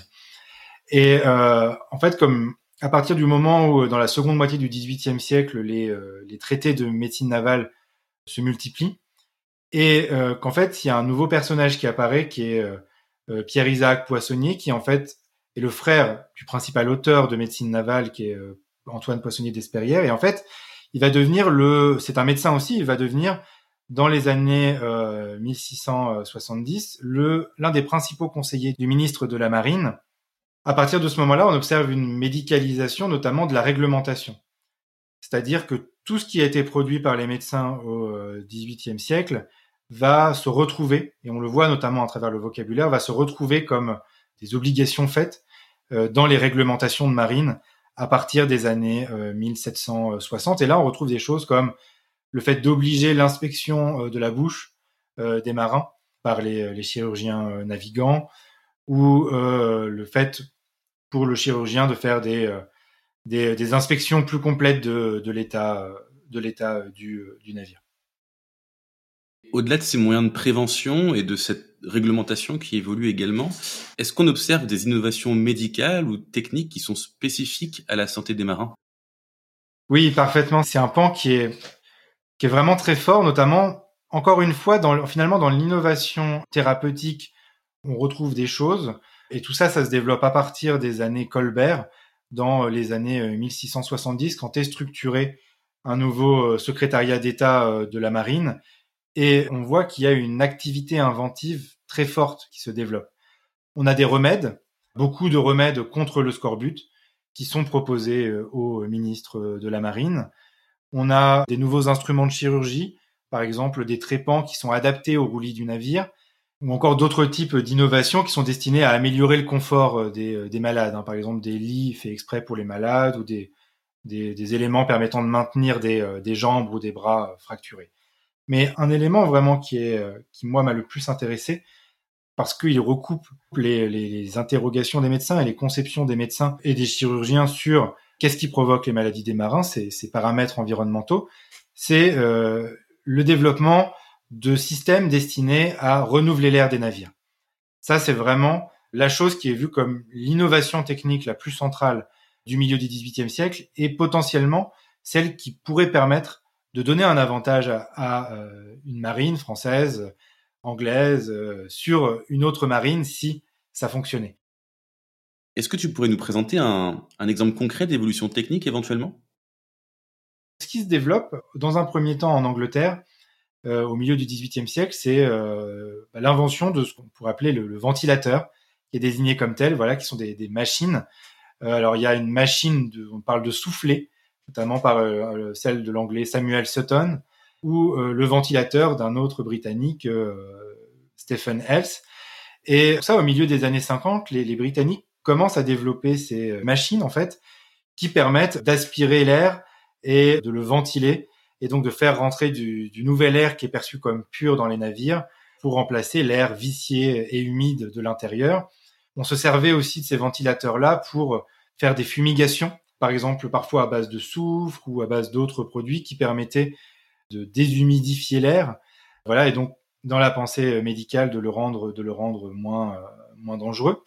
Et euh, en fait, comme à partir du moment où, dans la seconde moitié du dix-huitième siècle, les, euh, les traités de médecine navale se multiplient, et euh, qu'en fait, il y a un nouveau personnage qui apparaît, qui est euh, euh, Pierre-Isaac Poissonnier, qui en fait est le frère du principal auteur de médecine navale, qui est euh, Antoine Poissonnier d'Esperrières. Et en fait, il va devenir le, c'est un médecin aussi, il va devenir dans les années euh, mille six cent soixante-dix le l'un des principaux conseillers du ministre de la Marine. À partir de ce moment-là, on observe une médicalisation, notamment de la réglementation. C'est-à-dire que tout ce qui a été produit par les médecins au dix-huitième siècle va se retrouver, et on le voit notamment à travers le vocabulaire, va se retrouver comme des obligations faites euh, dans les réglementations de marine à partir des années euh, mille sept cent soixante. Et là, on retrouve des choses comme le fait d'obliger l'inspection euh, de la bouche euh, des marins par les, les chirurgiens euh, navigants, ou euh, le fait pour le chirurgien de faire des, euh, des, des inspections plus complètes de, de l'état, euh, de l'état du, du navire. Au-delà de ces moyens de prévention et de cette réglementation qui évolue également, est-ce qu'on observe des innovations médicales ou techniques qui sont spécifiques à la santé des marins ? Oui, parfaitement. C'est un pan qui est, qui est vraiment très fort, notamment, encore une fois, dans, finalement, dans l'innovation thérapeutique, on retrouve des choses. Et tout ça, ça se développe à partir des années Colbert, dans les années mille six cent soixante-dix, quand est structuré un nouveau secrétariat d'État de la Marine. Et on voit qu'il y a une activité inventive très forte qui se développe. On a des remèdes, beaucoup de remèdes contre le scorbut, qui sont proposés au ministre de la Marine. On a des nouveaux instruments de chirurgie, par exemple des trépans qui sont adaptés au roulis du navire, ou encore d'autres types d'innovations qui sont destinées à améliorer le confort des, des malades. Hein. Par exemple, des lits faits exprès pour les malades, ou des, des, des éléments permettant de maintenir des, des jambes ou des bras fracturés. Mais un élément vraiment qui est, qui moi m'a le plus intéressé, parce qu'il recoupe les, les, les interrogations des médecins et les conceptions des médecins et des chirurgiens sur qu'est-ce qui provoque les maladies des marins, ces, ces paramètres environnementaux, c'est euh, le développement de systèmes destinés à renouveler l'air des navires. Ça, c'est vraiment la chose qui est vue comme l'innovation technique la plus centrale du milieu du dix-huitième siècle, et potentiellement celle qui pourrait permettre de donner un avantage à, à euh, une marine française anglaise euh, sur une autre marine si ça fonctionnait. Est-ce que tu pourrais nous présenter un, un exemple concret d'évolution technique éventuellement ? Ce qui se développe dans un premier temps en Angleterre, euh, au milieu du dix-huitième siècle, c'est euh, bah, l'invention de ce qu'on pourrait appeler le, le ventilateur, qui est désigné comme tel, voilà, qui sont des, des machines. Euh, alors il y a une machine, de, on parle de soufflet, notamment par euh, celle de l'anglais Samuel Sutton, ou euh, le ventilateur d'un autre Britannique, euh, Stephen Ells. Et ça, au milieu des années cinquante, les, les Britanniques commencent à développer ces machines, en fait, qui permettent d'aspirer l'air et de le ventiler, et donc de faire rentrer du, du nouvel air qui est perçu comme pur dans les navires pour remplacer l'air vicié et humide de l'intérieur. On se servait aussi de ces ventilateurs-là pour faire des fumigations, par exemple parfois à base de soufre ou à base d'autres produits qui permettaient de déshumidifier l'air. Voilà, et donc dans la pensée médicale de le rendre, de le rendre moins, euh, moins dangereux.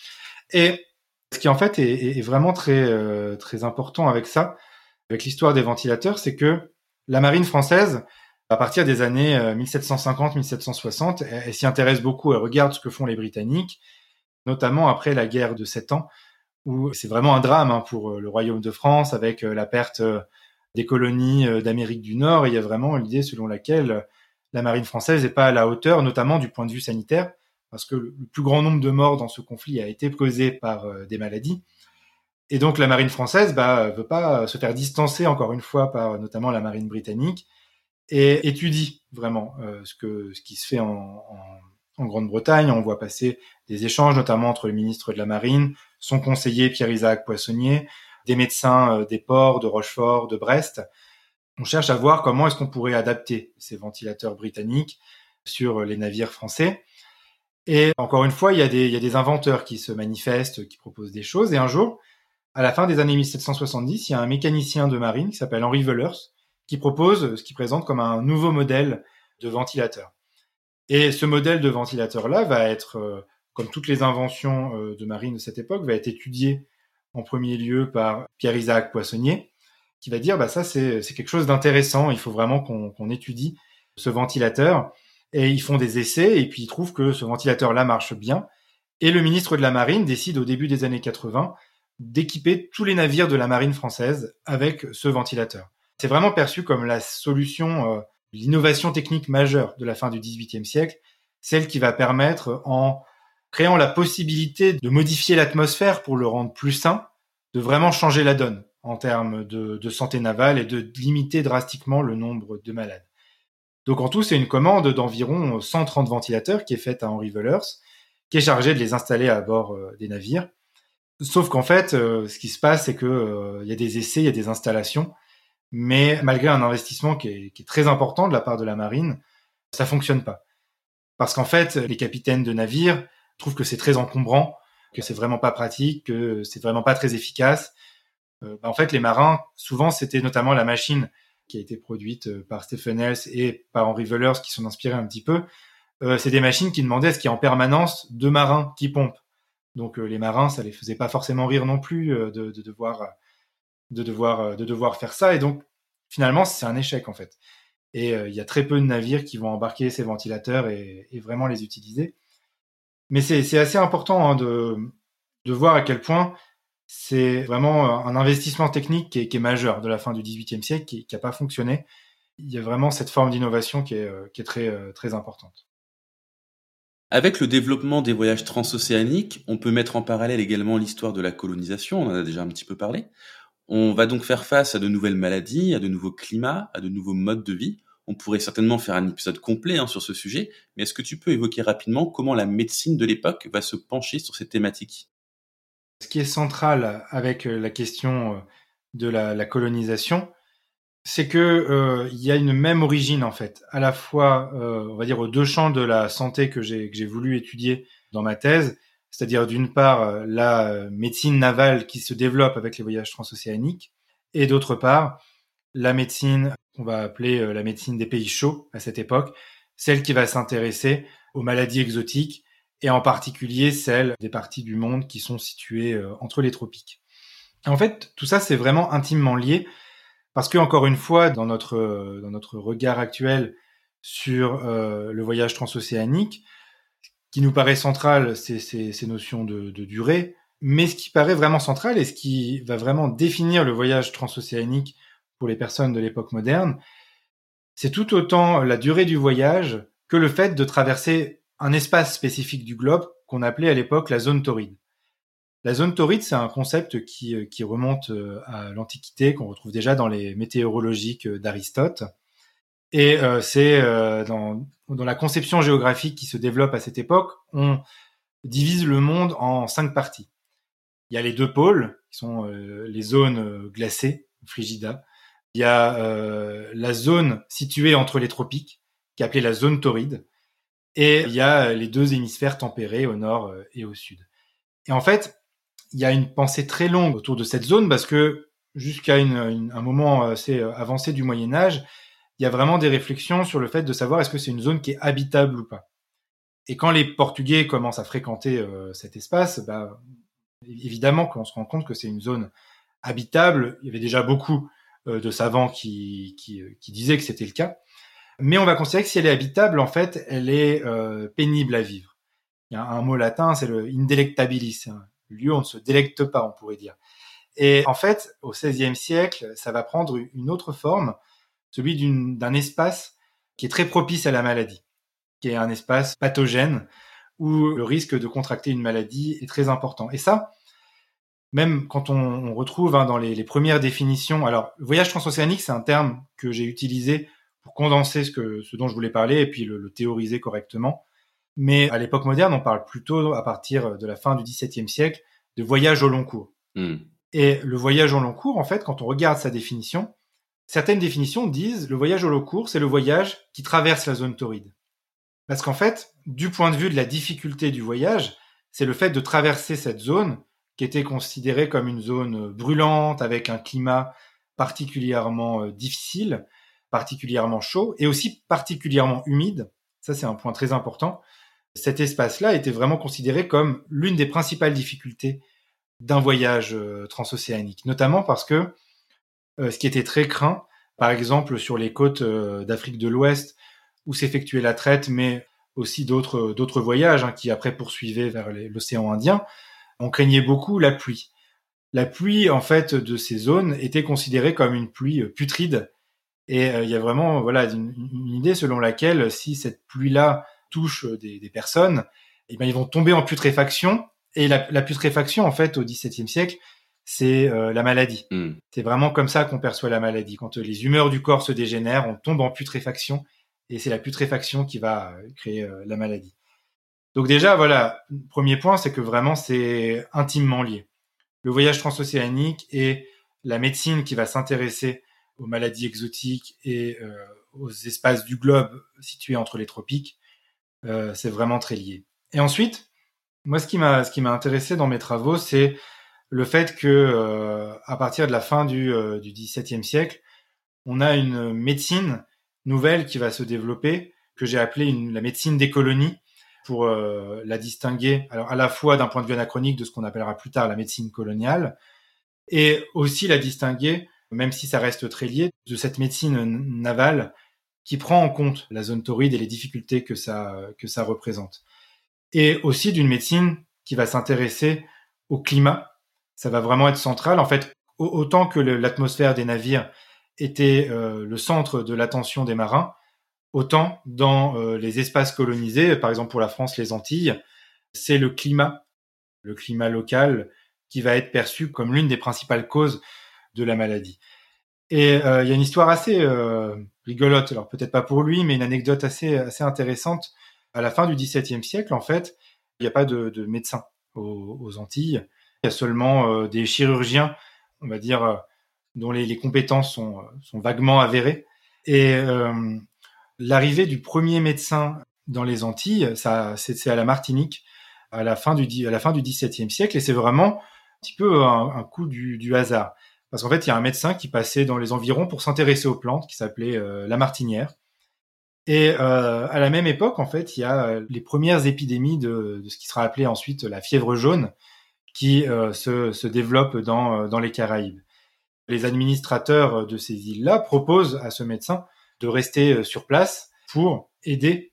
Et ce qui en fait est, est vraiment très, euh, très important avec ça, avec l'histoire des ventilateurs, c'est que la marine française, à partir des années euh, mille sept cent cinquante mille sept cent soixante, elle, elle s'y intéresse beaucoup, elle regarde ce que font les Britanniques, notamment après la guerre de Sept Ans, où c'est vraiment un drame hein, pour le Royaume de France, avec euh, la perte euh, des colonies euh, d'Amérique du Nord. Et il y a vraiment l'idée selon laquelle euh, la marine française n'est pas à la hauteur, notamment du point de vue sanitaire, parce que le plus grand nombre de morts dans ce conflit a été causé par euh, des maladies. Et donc la marine française bah, veut pas se faire distancer encore une fois par notamment la marine britannique et étudie vraiment euh, ce, que, ce qui se fait en, en, en Grande-Bretagne. On voit passer des échanges notamment entre le ministre de la Marine, son conseiller Pierre-Isaac Poissonnier, des médecins euh, des ports de Rochefort, de Brest. On cherche à voir comment est-ce qu'on pourrait adapter ces ventilateurs britanniques sur les navires français. Et encore une fois, il y a des, il y a des inventeurs qui se manifestent, qui proposent des choses. Et un jour, à la fin des années mille sept cent soixante-dix, il y a un mécanicien de marine qui s'appelle Henry Wellers qui propose ce qu'il présente comme un nouveau modèle de ventilateur. Et ce modèle de ventilateur-là va être, euh, comme toutes les inventions euh, de marine de cette époque, va être étudié en premier lieu par Pierre-Isaac Poissonnier, qui va dire bah ça c'est, c'est quelque chose d'intéressant, il faut vraiment qu'on, qu'on étudie ce ventilateur. Et ils font des essais et puis ils trouvent que ce ventilateur-là marche bien. Et le ministre de la Marine décide au début des années quatre-vingts d'équiper tous les navires de la marine française avec ce ventilateur. C'est vraiment perçu comme la solution, euh, l'innovation technique majeure de la fin du dix-huitième siècle, celle qui va permettre, en créant la possibilité de modifier l'atmosphère pour le rendre plus sain, de vraiment changer la donne en termes de, de santé navale et de limiter drastiquement le nombre de malades. Donc en tout, c'est une commande d'environ cent trente ventilateurs qui est faite à Henry Wellers, qui est chargé de les installer à bord euh, des navires. Sauf qu'en fait, euh, ce qui se passe, c'est que euh, y a des essais, il y a des installations, mais malgré un investissement qui est, qui est très important de la part de la marine, ça fonctionne pas. Parce qu'en fait, les capitaines de navires trouvent que c'est très encombrant, que c'est vraiment pas pratique, que c'est vraiment pas très efficace. Euh, bah en fait, les marins, souvent, c'était notamment la machine qui a été produite par Stephen Ells et par Henry Wellers qui sont inspirés un petit peu. Euh, c'est des machines qui demandaient à ce qu'il y ait en permanence deux marins qui pompent. Donc euh, les marins, ça les faisait pas forcément rire non plus euh, de, de devoir de devoir euh, de devoir faire ça. Et donc finalement, c'est un échec en fait. Et il euh, y a très peu de navires qui vont embarquer ces ventilateurs et, et vraiment les utiliser. Mais c'est, c'est assez important hein, de de voir à quel point c'est vraiment un investissement technique qui est, qui est majeur de la fin du dix-huitième siècle, qui n'a pas fonctionné. Il y a vraiment cette forme d'innovation qui est, euh, qui est très, euh, très importante. Avec le développement des voyages transocéaniques, on peut mettre en parallèle également l'histoire de la colonisation, on en a déjà un petit peu parlé. On va donc faire face à de nouvelles maladies, à de nouveaux climats, à de nouveaux modes de vie. On pourrait certainement faire un épisode complet hein, sur ce sujet, mais est-ce que tu peux évoquer rapidement comment la médecine de l'époque va se pencher sur ces thématiques ? Ce qui est central avec la question de la, la colonisation, c'est que euh, il y a une même origine en fait, à la fois, euh, on va dire, aux deux champs de la santé que j'ai que j'ai voulu étudier dans ma thèse, c'est-à-dire d'une part la médecine navale qui se développe avec les voyages transocéaniques, et d'autre part la médecine qu'on va appeler la médecine des pays chauds à cette époque, celle qui va s'intéresser aux maladies exotiques et en particulier celles des parties du monde qui sont situées entre les tropiques. En fait, tout ça c'est vraiment intimement lié. Parce que, encore une fois, dans notre, dans notre regard actuel sur euh, le voyage transocéanique. Ce qui nous paraît central, c'est ces, ces notions de, de durée, mais ce qui paraît vraiment central et ce qui va vraiment définir le voyage transocéanique pour les personnes de l'époque moderne, c'est tout autant la durée du voyage que le fait de traverser un espace spécifique du globe qu'on appelait à l'époque la zone torride. La zone torride, c'est un concept qui, qui remonte à l'Antiquité, qu'on retrouve déjà dans les météorologiques d'Aristote. Et euh, c'est euh, dans, dans la conception géographique qui se développe à cette époque, on divise le monde en cinq parties. Il y a les deux pôles, qui sont euh, les zones glacées, frigida. Il y a euh, la zone située entre les tropiques, qui est appelée la zone torride. Et il y a les deux hémisphères tempérés au nord et au sud. Et en fait, il y a une pensée très longue autour de cette zone parce que jusqu'à une, une, un moment assez avancé du Moyen-Âge, il y a vraiment des réflexions sur le fait de savoir est-ce que c'est une zone qui est habitable ou pas. Et quand les Portugais commencent à fréquenter euh, cet espace, bah, évidemment qu'on se rend compte que c'est une zone habitable. Il y avait déjà beaucoup euh, de savants qui, qui, qui disaient que c'était le cas. Mais on va considérer que si elle est habitable, en fait, elle est euh, pénible à vivre. Il y a un mot latin, c'est le indelectabilis, c'est un lieu où on ne se délecte pas, on pourrait dire. Et en fait, au seizième siècle, ça va prendre une autre forme, celui d'une, d'un espace qui est très propice à la maladie, qui est un espace pathogène où le risque de contracter une maladie est très important. Et ça, même quand on, on retrouve hein, dans les, les premières définitions, alors le voyage transocéanique, c'est un terme que j'ai utilisé pour condenser ce, que, ce dont je voulais parler et puis le, le théoriser correctement. Mais à l'époque moderne, on parle plutôt, à partir de la fin du dix-septième siècle, de voyage au long cours. Mm. Et le voyage au long cours, en fait, quand on regarde sa définition, certaines définitions disent le voyage au long cours, c'est le voyage qui traverse la zone torride. Parce qu'en fait, du point de vue de la difficulté du voyage, c'est le fait de traverser cette zone qui était considérée comme une zone brûlante, avec un climat particulièrement difficile, particulièrement chaud, et aussi particulièrement humide. Ça, c'est un point très important. Cet espace-là était vraiment considéré comme l'une des principales difficultés d'un voyage euh, transocéanique, notamment parce que euh, ce qui était très craint, par exemple sur les côtes euh, d'Afrique de l'Ouest, où s'effectuait la traite, mais aussi d'autres, d'autres voyages hein, qui après poursuivaient vers les, l'océan Indien, on craignait beaucoup la pluie. La pluie, en fait, de ces zones était considérée comme une pluie putride, et il euh, y a vraiment voilà une, une idée selon laquelle si cette pluie-là touche des, des personnes, eh ben ils vont tomber en putréfaction. Et la, la putréfaction, en fait, au dix-septième siècle, c'est euh, la maladie. Mm. C'est vraiment comme ça qu'on perçoit la maladie. Quand euh, les humeurs du corps se dégénèrent, on tombe en putréfaction, et c'est la putréfaction qui va euh, créer euh, la maladie. Donc déjà, voilà, premier point, c'est que vraiment c'est intimement lié. Le voyage transocéanique et la médecine qui va s'intéresser aux maladies exotiques et euh, aux espaces du globe situés entre les tropiques, euh, c'est vraiment très lié. Et ensuite, moi, ce qui m'a, ce qui m'a intéressé dans mes travaux, c'est le fait que, euh, à partir de la fin du, euh, du dix-septième siècle, on a une médecine nouvelle qui va se développer, que j'ai appelée une, la médecine des colonies, pour euh, la distinguer, alors à la fois d'un point de vue anachronique de ce qu'on appellera plus tard la médecine coloniale, et aussi la distinguer, même si ça reste très lié, de cette médecine navale qui prend en compte la zone torride et les difficultés que ça, que ça représente. Et aussi d'une médecine qui va s'intéresser au climat. Ça va vraiment être central. En fait, autant que le, l'atmosphère des navires était euh, le centre de l'attention des marins, autant dans euh, les espaces colonisés, par exemple pour la France, les Antilles, c'est le climat, le climat local qui va être perçu comme l'une des principales causes de la maladie. Et il euh, y a une histoire assez euh, rigolote, alors peut-être pas pour lui, mais une anecdote assez, assez intéressante. À la fin du dix-septième siècle, en fait, il n'y a pas de, de médecins aux, aux Antilles. Il y a seulement euh, des chirurgiens, on va dire, euh, dont les, les compétences sont, sont vaguement avérées. Et euh, l'arrivée du premier médecin dans les Antilles, ça, c'est, c'est à la Martinique, à la fin du, à la fin du dix-septième siècle, et c'est vraiment un petit peu un, un coup du, du hasard. Parce qu'en fait, il y a un médecin qui passait dans les environs pour s'intéresser aux plantes, qui s'appelait euh, Lamartinière. Et euh, à la même époque, en fait, il y a les premières épidémies de, de ce qui sera appelé ensuite la fièvre jaune, qui euh, se, se développe dans, dans les Caraïbes. Les administrateurs de ces îles-là proposent à ce médecin de rester sur place pour aider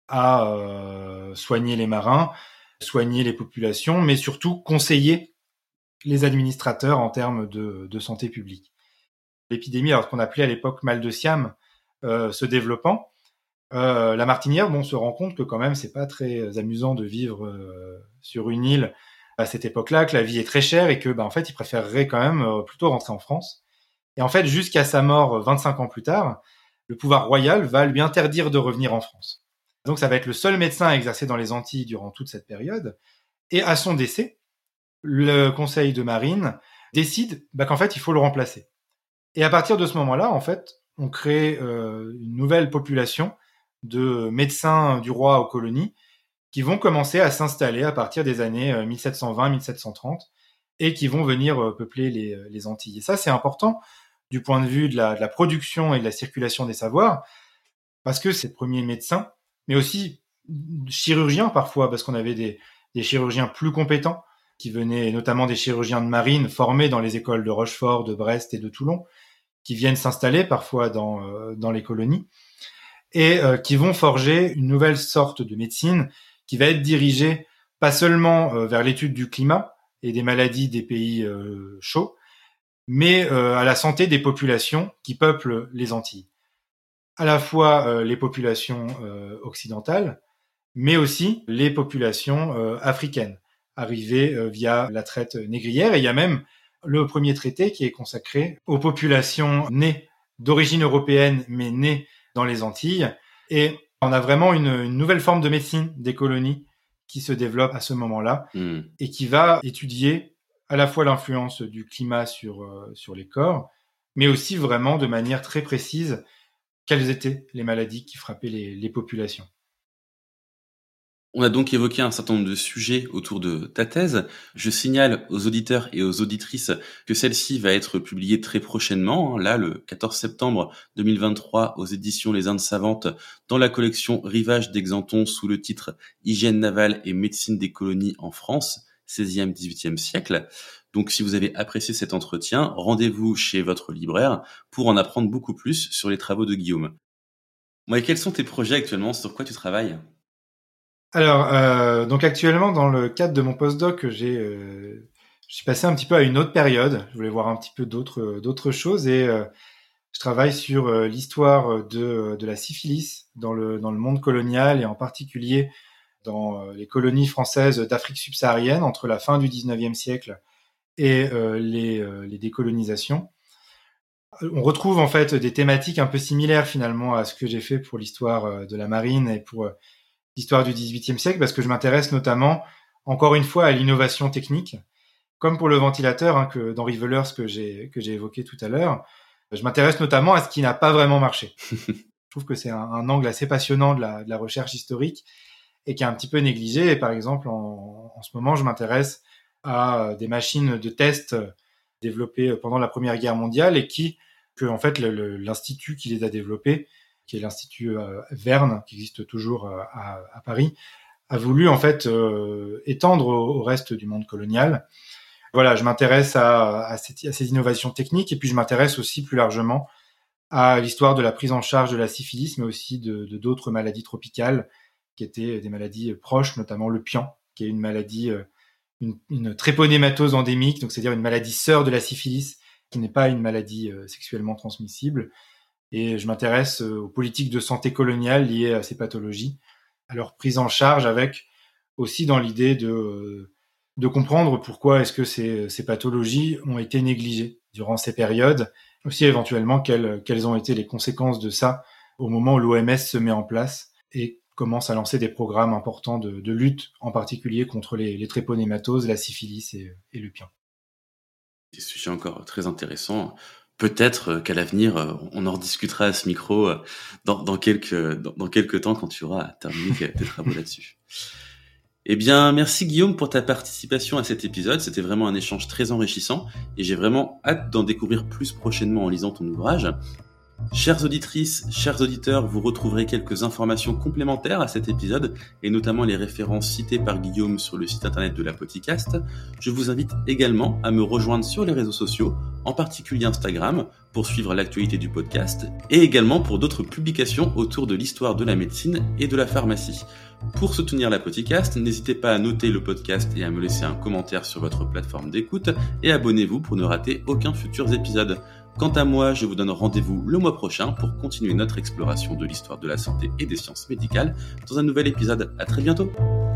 à euh, soigner les marins, soigner les populations, mais surtout conseiller les administrateurs en termes de, de santé publique. L'épidémie, alors ce qu'on appelait à l'époque mal de Siam, euh, se développant, euh, la martinière, bon, se rend compte que quand même c'est pas très amusant de vivre euh, sur une île à cette époque-là, que la vie est très chère et que, bah, en fait, il préférerait quand même euh, plutôt rentrer en France. Et en fait, jusqu'à sa mort, vingt-cinq ans plus tard, le pouvoir royal va lui interdire de revenir en France. Donc, ça va être le seul médecin à exercer dans les Antilles durant toute cette période. Et à son décès, le Conseil de marine décide bah, qu'en fait, il faut le remplacer. Et à partir de ce moment-là, en fait, on crée euh, une nouvelle population de médecins du roi aux colonies qui vont commencer à s'installer à partir des années mille sept cent vingt mille sept cent trente et qui vont venir euh, peupler les, les Antilles. Et ça, c'est important du point de vue de la, de la production et de la circulation des savoirs, parce que ces premiers médecins, mais aussi chirurgiens parfois, parce qu'on avait des, des chirurgiens plus compétents, qui venaient notamment des chirurgiens de marine formés dans les écoles de Rochefort, de Brest et de Toulon, qui viennent s'installer parfois dans, euh, dans les colonies, et euh, qui vont forger une nouvelle sorte de médecine qui va être dirigée pas seulement euh, vers l'étude du climat et des maladies des pays euh, chauds, mais euh, à la santé des populations qui peuplent les Antilles. À la fois euh, les populations euh, occidentales, mais aussi les populations euh, africaines, arrivées euh, via la traite négrière. Et il y a même le premier traité qui est consacré aux populations nées d'origine européenne, mais nées dans les Antilles. Et on a vraiment une, une nouvelle forme de médecine des colonies qui se développe à ce moment-là mmh. et qui va étudier à la fois l'influence du climat sur, euh, sur les corps, mais aussi vraiment de manière très précise quelles étaient les maladies qui frappaient les, les populations. On a donc évoqué un certain nombre de sujets autour de ta thèse. Je signale aux auditeurs et aux auditrices que celle-ci va être publiée très prochainement, là, le quatorze septembre deux mille vingt-trois, aux éditions Les Indes Savantes, dans la collection Rivage d'Exanton, sous le titre Hygiène navale et médecine des colonies en France, seizième dix-huitième siècle. Donc, si vous avez apprécié cet entretien, rendez-vous chez votre libraire pour en apprendre beaucoup plus sur les travaux de Guillaume. Moi, quels sont tes projets actuellement? Sur quoi tu travailles? Alors, euh, donc actuellement, dans le cadre de mon postdoc, j'ai, euh, je suis passé un petit peu à une autre période. Je voulais voir un petit peu d'autres, d'autres choses et euh, je travaille sur euh, l'histoire de, de la syphilis dans le, dans le monde colonial et en particulier dans euh, les colonies françaises d'Afrique subsaharienne entre la fin du dix-neuvième siècle et euh, les, euh, les décolonisations. On retrouve en fait des thématiques un peu similaires finalement à ce que j'ai fait pour l'histoire de la marine et pour l'histoire du dix-huitième siècle, parce que je m'intéresse notamment, encore une fois, à l'innovation technique, comme pour le ventilateur hein, que, d'Henri Wöhlers que j'ai, que j'ai évoqué tout à l'heure. Je m'intéresse notamment à ce qui n'a pas vraiment marché. Je trouve que c'est un, un angle assez passionnant de la, de la recherche historique et qui est un petit peu négligé. Et par exemple, en, en ce moment, je m'intéresse à des machines de test développées pendant la Première Guerre mondiale et qui, que en fait, le, le, l'institut qui les a développées, qui est l'Institut euh, Verne, qui existe toujours euh, à, à Paris, a voulu en fait euh, étendre au, au reste du monde colonial. Voilà, je m'intéresse à, à, ces, à ces innovations techniques et puis je m'intéresse aussi plus largement à l'histoire de la prise en charge de la syphilis, mais aussi de, de d'autres maladies tropicales qui étaient des maladies proches, notamment le pian, qui est une maladie, une, une tréponématose endémique, donc c'est-à-dire une maladie sœur de la syphilis, qui n'est pas une maladie euh, sexuellement transmissible. Et je m'intéresse aux politiques de santé coloniale liées à ces pathologies, à leur prise en charge avec aussi dans l'idée de, de comprendre pourquoi est-ce que ces, ces pathologies ont été négligées durant ces périodes, aussi éventuellement quelles, quelles ont été les conséquences de ça au moment où l'O M S se met en place et commence à lancer des programmes importants de, de lutte, en particulier contre les, les tréponématoses, la syphilis et, et le pian. Des sujets encore très intéressants. Peut-être qu'à l'avenir, on en rediscutera à ce micro dans, dans, quelques, dans, dans quelques temps quand tu auras terminé tes travaux là-dessus. Eh bien, merci Guillaume pour ta participation à cet épisode. C'était vraiment un échange très enrichissant et j'ai vraiment hâte d'en découvrir plus prochainement en lisant ton ouvrage. Chères auditrices, chers auditeurs, vous retrouverez quelques informations complémentaires à cet épisode, et notamment les références citées par Guillaume sur le site internet de la Podcast. Je vous invite également à me rejoindre sur les réseaux sociaux, en particulier Instagram, pour suivre l'actualité du podcast, et également pour d'autres publications autour de l'histoire de la médecine et de la pharmacie. Pour soutenir la Podcast, n'hésitez pas à noter le podcast et à me laisser un commentaire sur votre plateforme d'écoute, et abonnez-vous pour ne rater aucun futur épisode. Quant à moi, je vous donne rendez-vous le mois prochain pour continuer notre exploration de l'histoire de la santé et des sciences médicales dans un nouvel épisode. À très bientôt!